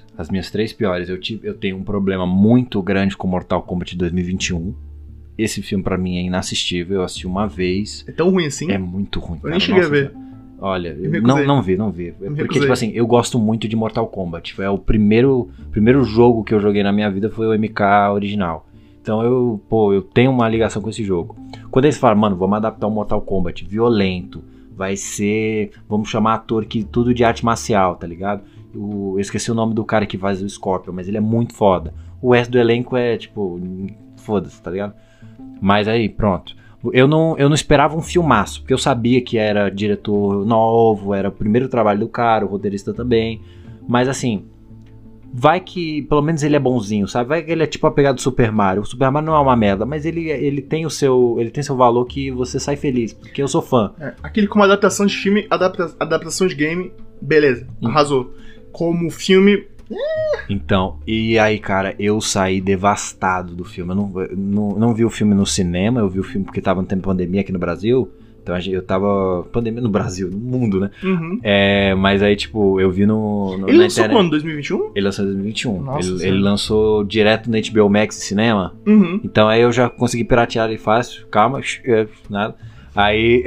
eu tenho um problema muito grande com Mortal Kombat 2021. Esse filme pra mim é inassistível, eu assisti uma vez. É tão ruim assim? É muito ruim, cara. Eu nem cheguei a ver. Olha, não vi. Porque, tipo assim, eu gosto muito de Mortal Kombat. Foi o primeiro jogo que eu joguei na minha vida foi o MK original. Então eu tenho uma ligação com esse jogo. Quando eles falam, mano, vamos adaptar um Mortal Kombat violento, vai ser, vamos chamar ator que tudo de arte marcial, tá ligado? Eu esqueci o nome do cara que faz o Scorpion, mas ele é muito foda. O resto do elenco é, tipo, foda-se, tá ligado? Mas aí, pronto. Eu não esperava um filmaço, porque eu sabia que era diretor novo, era o primeiro trabalho do cara, o roteirista também. Mas assim, vai que pelo menos ele é bonzinho, sabe? Vai que ele é tipo a pegada do Super Mario. O Super Mario não é uma merda, mas ele tem seu valor que você sai feliz, porque eu sou fã. Aquele como adaptação de filme, adaptação de game, beleza, arrasou. Como filme... Então, e aí, cara, eu saí devastado do filme. Eu não vi o filme no cinema, eu vi o filme porque tava no tempo de pandemia aqui no Brasil. Então eu tava... Pandemia no Brasil, no mundo, né? Uhum. Mas aí, tipo, eu vi Ele lançou quando? 2021? Ele lançou em 2021. Nossa, ele lançou direto no HBO Max de cinema. Uhum. Então aí eu já consegui piratear ele fácil. Calma, nada. Aí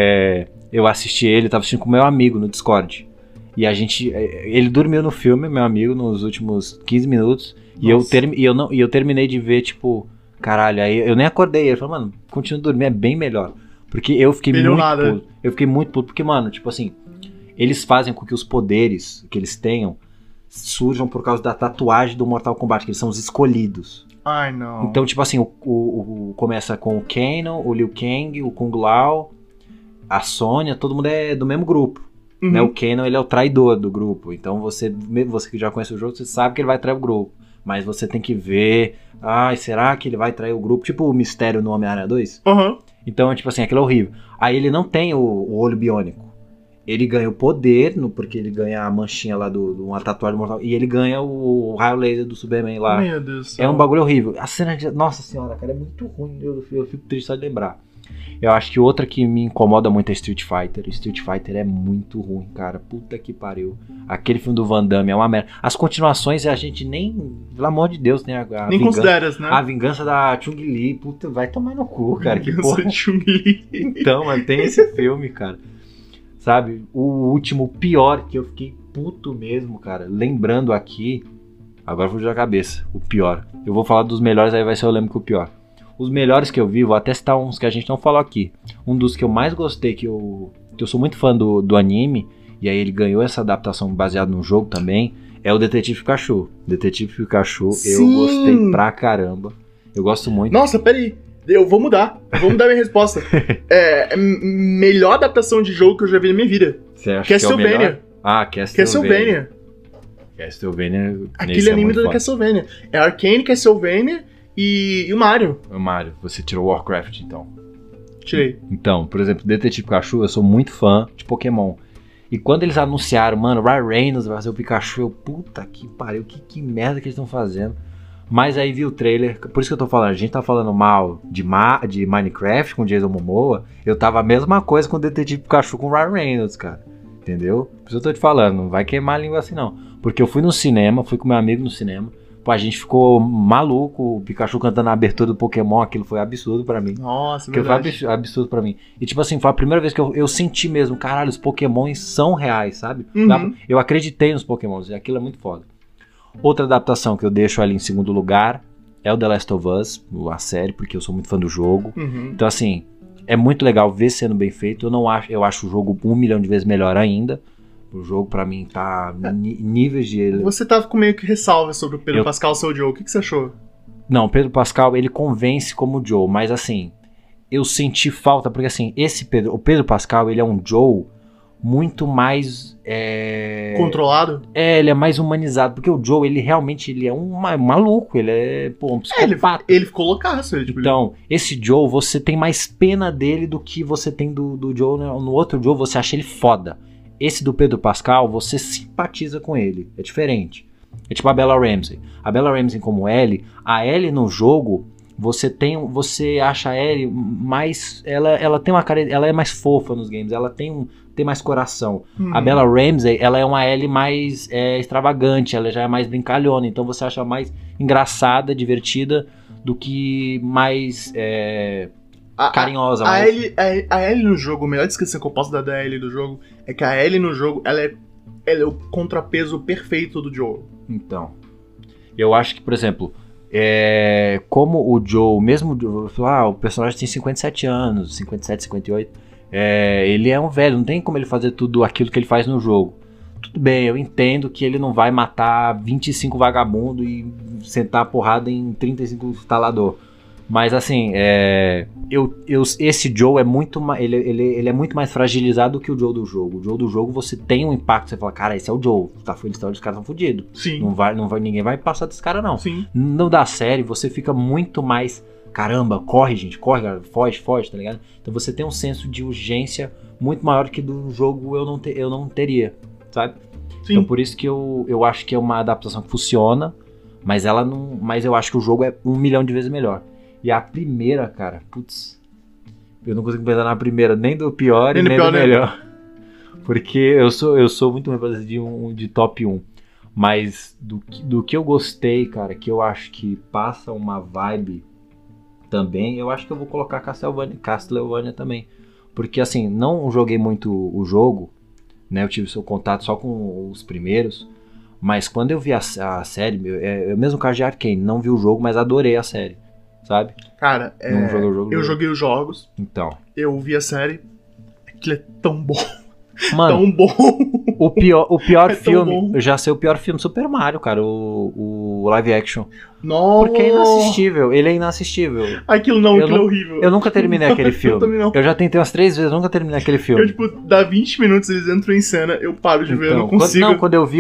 eu assisti ele, tava assistindo com meu amigo no Discord. E ele dormiu no filme, meu amigo, nos últimos 15 minutos. E eu terminei de ver, tipo, caralho, aí eu nem acordei. Ele falou, mano, continua dormindo, é bem melhor. Porque eu fiquei muito puto. Eu fiquei muito puto, porque, mano, tipo assim, eles fazem com que os poderes que eles tenham surjam por causa da tatuagem do Mortal Kombat, que eles são os escolhidos. Ai, não. Então, tipo assim, começa com o Kano, o Liu Kang, o Kung Lao, a Sonya, todo mundo é do mesmo grupo. Uhum. Né? O Kano, ele é o traidor do grupo. Então você que já conhece o jogo, você sabe que ele vai trair o grupo. Mas você tem que ver, será que ele vai trair o grupo? Tipo o mistério no Homem-Aranha 2. Uhum. Então, tipo assim, aquilo é horrível. Aí ele não tem o olho biônico. Ele ganha o poder, porque ele ganha a manchinha lá de uma tatuagem mortal. E ele ganha o raio laser do Superman lá. Meu Deus do céu. É um bagulho horrível. A cena de... Nossa senhora, cara, é muito ruim. Eu fico triste só de lembrar. Eu acho que outra que me incomoda muito é Street Fighter. Street Fighter é muito ruim, cara. Puta que pariu. Aquele filme do Van Damme é uma merda. As continuações a gente nem... Pelo amor de Deus, né? Nem consideras, né? A vingança da Chun-Li. Puta, vai tomar no cu, cara. Que porra. Da Chun-Li. Então, mano, tem esse filme, cara. Sabe? O último pior que eu fiquei puto mesmo, cara. Lembrando aqui... Agora fugiu da cabeça. O pior. Eu vou falar dos melhores, aí vai ser eu lembro que o pior. Os melhores que eu vi, vou até citar uns que a gente não falou aqui. Um dos que eu mais gostei, que eu sou muito fã do anime, e aí ele ganhou essa adaptação baseada no jogo também, é o Detetive Pikachu. Detetive Pikachu, Sim. Eu gostei pra caramba. Eu gosto muito. Nossa, peraí. Eu vou mudar minha resposta. Melhor adaptação de jogo que eu já vi na minha vida. Você acha que é o melhor? Castlevania. Castlevania. Aquele anime do Castlevania. É Arcane, Castlevania e o Mario. O Mario. Você tirou Warcraft, então. Tirei. Então, por exemplo, Detetive Pikachu, eu sou muito fã de Pokémon. E quando eles anunciaram, mano, Ryan Reynolds vai fazer o Pikachu, eu, puta que pariu, que merda que eles estão fazendo. Mas aí vi o trailer, por isso que eu tô falando, a gente tá falando mal de Minecraft com Jason Momoa, eu tava a mesma coisa com o Detetive Pikachu com o Ryan Reynolds, cara. Entendeu? Por isso eu tô te falando, não vai queimar a língua assim não. Porque eu fui no cinema, fui com meu amigo no cinema, Pô, a gente ficou maluco, o Pikachu cantando a abertura do Pokémon, aquilo foi absurdo pra mim. Nossa, Aquilo verdade. foi absurdo pra mim. E tipo assim, foi a primeira vez que eu senti mesmo, caralho, os Pokémons são reais, sabe? Uhum. Eu acreditei nos Pokémons, e aquilo é muito foda. Outra adaptação que eu deixo ali em segundo lugar é o The Last of Us, a série, porque eu sou muito fã do jogo. Uhum. Então assim, é muito legal ver sendo bem feito. Eu acho o jogo 1 milhão de vezes melhor ainda. O jogo pra mim tá níveis de... Você tava com meio que ressalva sobre o Pedro Pascal, seu Joe. O que você achou? Não, Pedro Pascal, ele convence como Joe, mas assim, eu senti falta, porque assim, o Pedro Pascal, ele é um Joe muito mais... Controlado? Ele é mais humanizado, porque o Joe, ele realmente ele é um maluco, ele é um psicopata. Ele ficou loucaço. Então, esse Joe, você tem mais pena dele do que você tem do Joe, né? No outro Joe, você acha ele foda. Esse do Pedro Pascal, você simpatiza com ele. É diferente. É tipo a Bella Ramsey. A Bella Ramsey como Ellie, a Ellie no jogo, você acha a Ellie mais... Ela tem uma cara... Ela é mais fofa nos games. Ela tem mais coração. A Bella Ramsey, ela é uma Ellie mais extravagante. Ela já é mais brincalhona. Então você acha mais engraçada, divertida, do que mais... carinhosa. A Ellie no jogo, a melhor descrição que eu posso dar da Ellie do jogo é que a Ellie no jogo, ela é o contrapeso perfeito do Joe. Então, eu acho que, por exemplo, como o Joe, mesmo o personagem tem 57 anos, 57, 58, ele é um velho, não tem como ele fazer tudo aquilo que ele faz no jogo. Tudo bem, eu entendo que ele não vai matar 25 vagabundos e sentar a porrada em 35 instalador. Mas assim, esse Joe é muito ele é muito mais fragilizado do que o Joe do jogo. O Joe do jogo você tem um impacto, você fala, cara, esse é o Joe, os caras estão fodidos. Sim. Ninguém vai passar desse cara não. Sim. No da série você fica muito mais, caramba, corre gente, corre, cara, foge, tá ligado? Então você tem um senso de urgência muito maior que do jogo eu não teria, sabe? Sim. Então por isso que eu acho que é uma adaptação que funciona, mas eu acho que o jogo é 1 milhão de vezes melhor. E a primeira, cara, putz, eu não consigo pensar na primeira, nem do pior nem do melhor. Porque eu sou muito ruim pra decidir de top 1. Mas do que eu gostei, cara, que eu acho que passa uma vibe também, eu acho que eu vou colocar Castlevania também. Porque assim, não joguei muito o jogo, né? Eu tive seu contato só com os primeiros. Mas quando eu vi a série, é o mesmo caso de Arcane, não vi o jogo, mas adorei a série. Sabe? Cara, eu joguei os jogos. Então. Eu vi a série. Aquilo é tão bom. Mano, tão bom. O pior filme. Eu já sei o pior filme, Super Mario, cara. O live action. Nossa. Porque é inassistível. Ele é inassistível. Aquilo é horrível. Eu nunca terminei aquele filme. Eu também não. Eu já tentei umas 3 vezes, nunca terminei aquele filme. Eu, tipo, dá 20 minutos, eles entram em cena, eu paro de ver, eu não consigo. Quando eu vi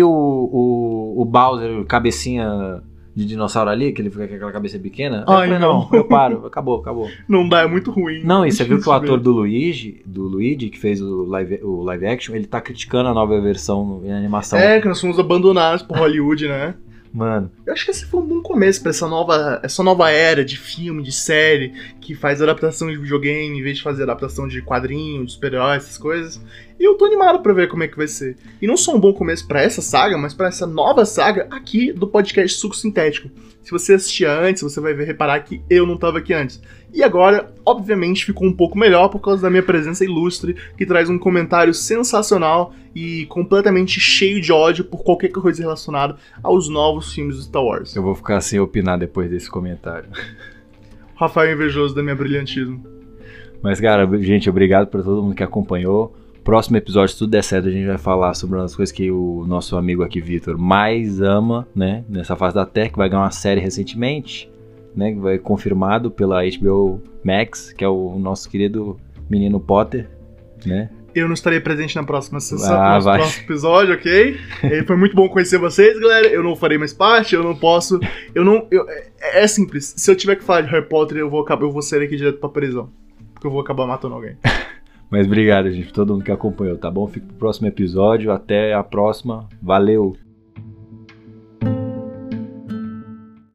o Bowser, cabecinha de dinossauro ali, que ele fica com aquela cabeça pequena, eu falei, não, eu paro, acabou. Não dá, é muito ruim. Não, e você viu que o ator do Luigi, que fez o live action, ele tá criticando a nova versão em animação. Que nós fomos abandonados por Hollywood, né? Mano. Eu acho que esse foi um bom começo pra essa nova era de filme, de série, que faz adaptação de videogame em vez de fazer adaptação de quadrinho, de super-heróis, essas coisas. E eu tô animado pra ver como é que vai ser. E não só um bom começo pra essa saga, mas pra essa nova saga aqui do podcast Suco Sintético. Se você assistia antes, você vai reparar que eu não tava aqui antes. E agora, obviamente, ficou um pouco melhor por causa da minha presença ilustre, que traz um comentário sensacional e completamente cheio de ódio por qualquer coisa relacionada aos novos filmes do Star Wars. Eu vou ficar sem opinar depois desse comentário. Rafael invejoso da minha brilhantismo. Mas, cara, gente, obrigado por todo mundo que acompanhou. Próximo episódio, se tudo der certo, a gente vai falar sobre uma das coisas que o nosso amigo aqui, Vitor, mais ama, né? Nessa fase da Terra, que vai ganhar uma série recentemente, né? Que vai confirmado pela HBO Max, que é o nosso querido menino Potter, né? Eu não estarei presente na próxima sessão, no próximo episódio, ok? Foi muito bom conhecer vocês, galera. Eu não farei mais parte, eu não posso. É simples. Se eu tiver que falar de Harry Potter, eu vou sair aqui direto pra prisão. Porque eu vou acabar matando alguém. Mas obrigado, gente, por todo mundo que acompanhou, tá bom? Fico pro próximo episódio. Até a próxima. Valeu!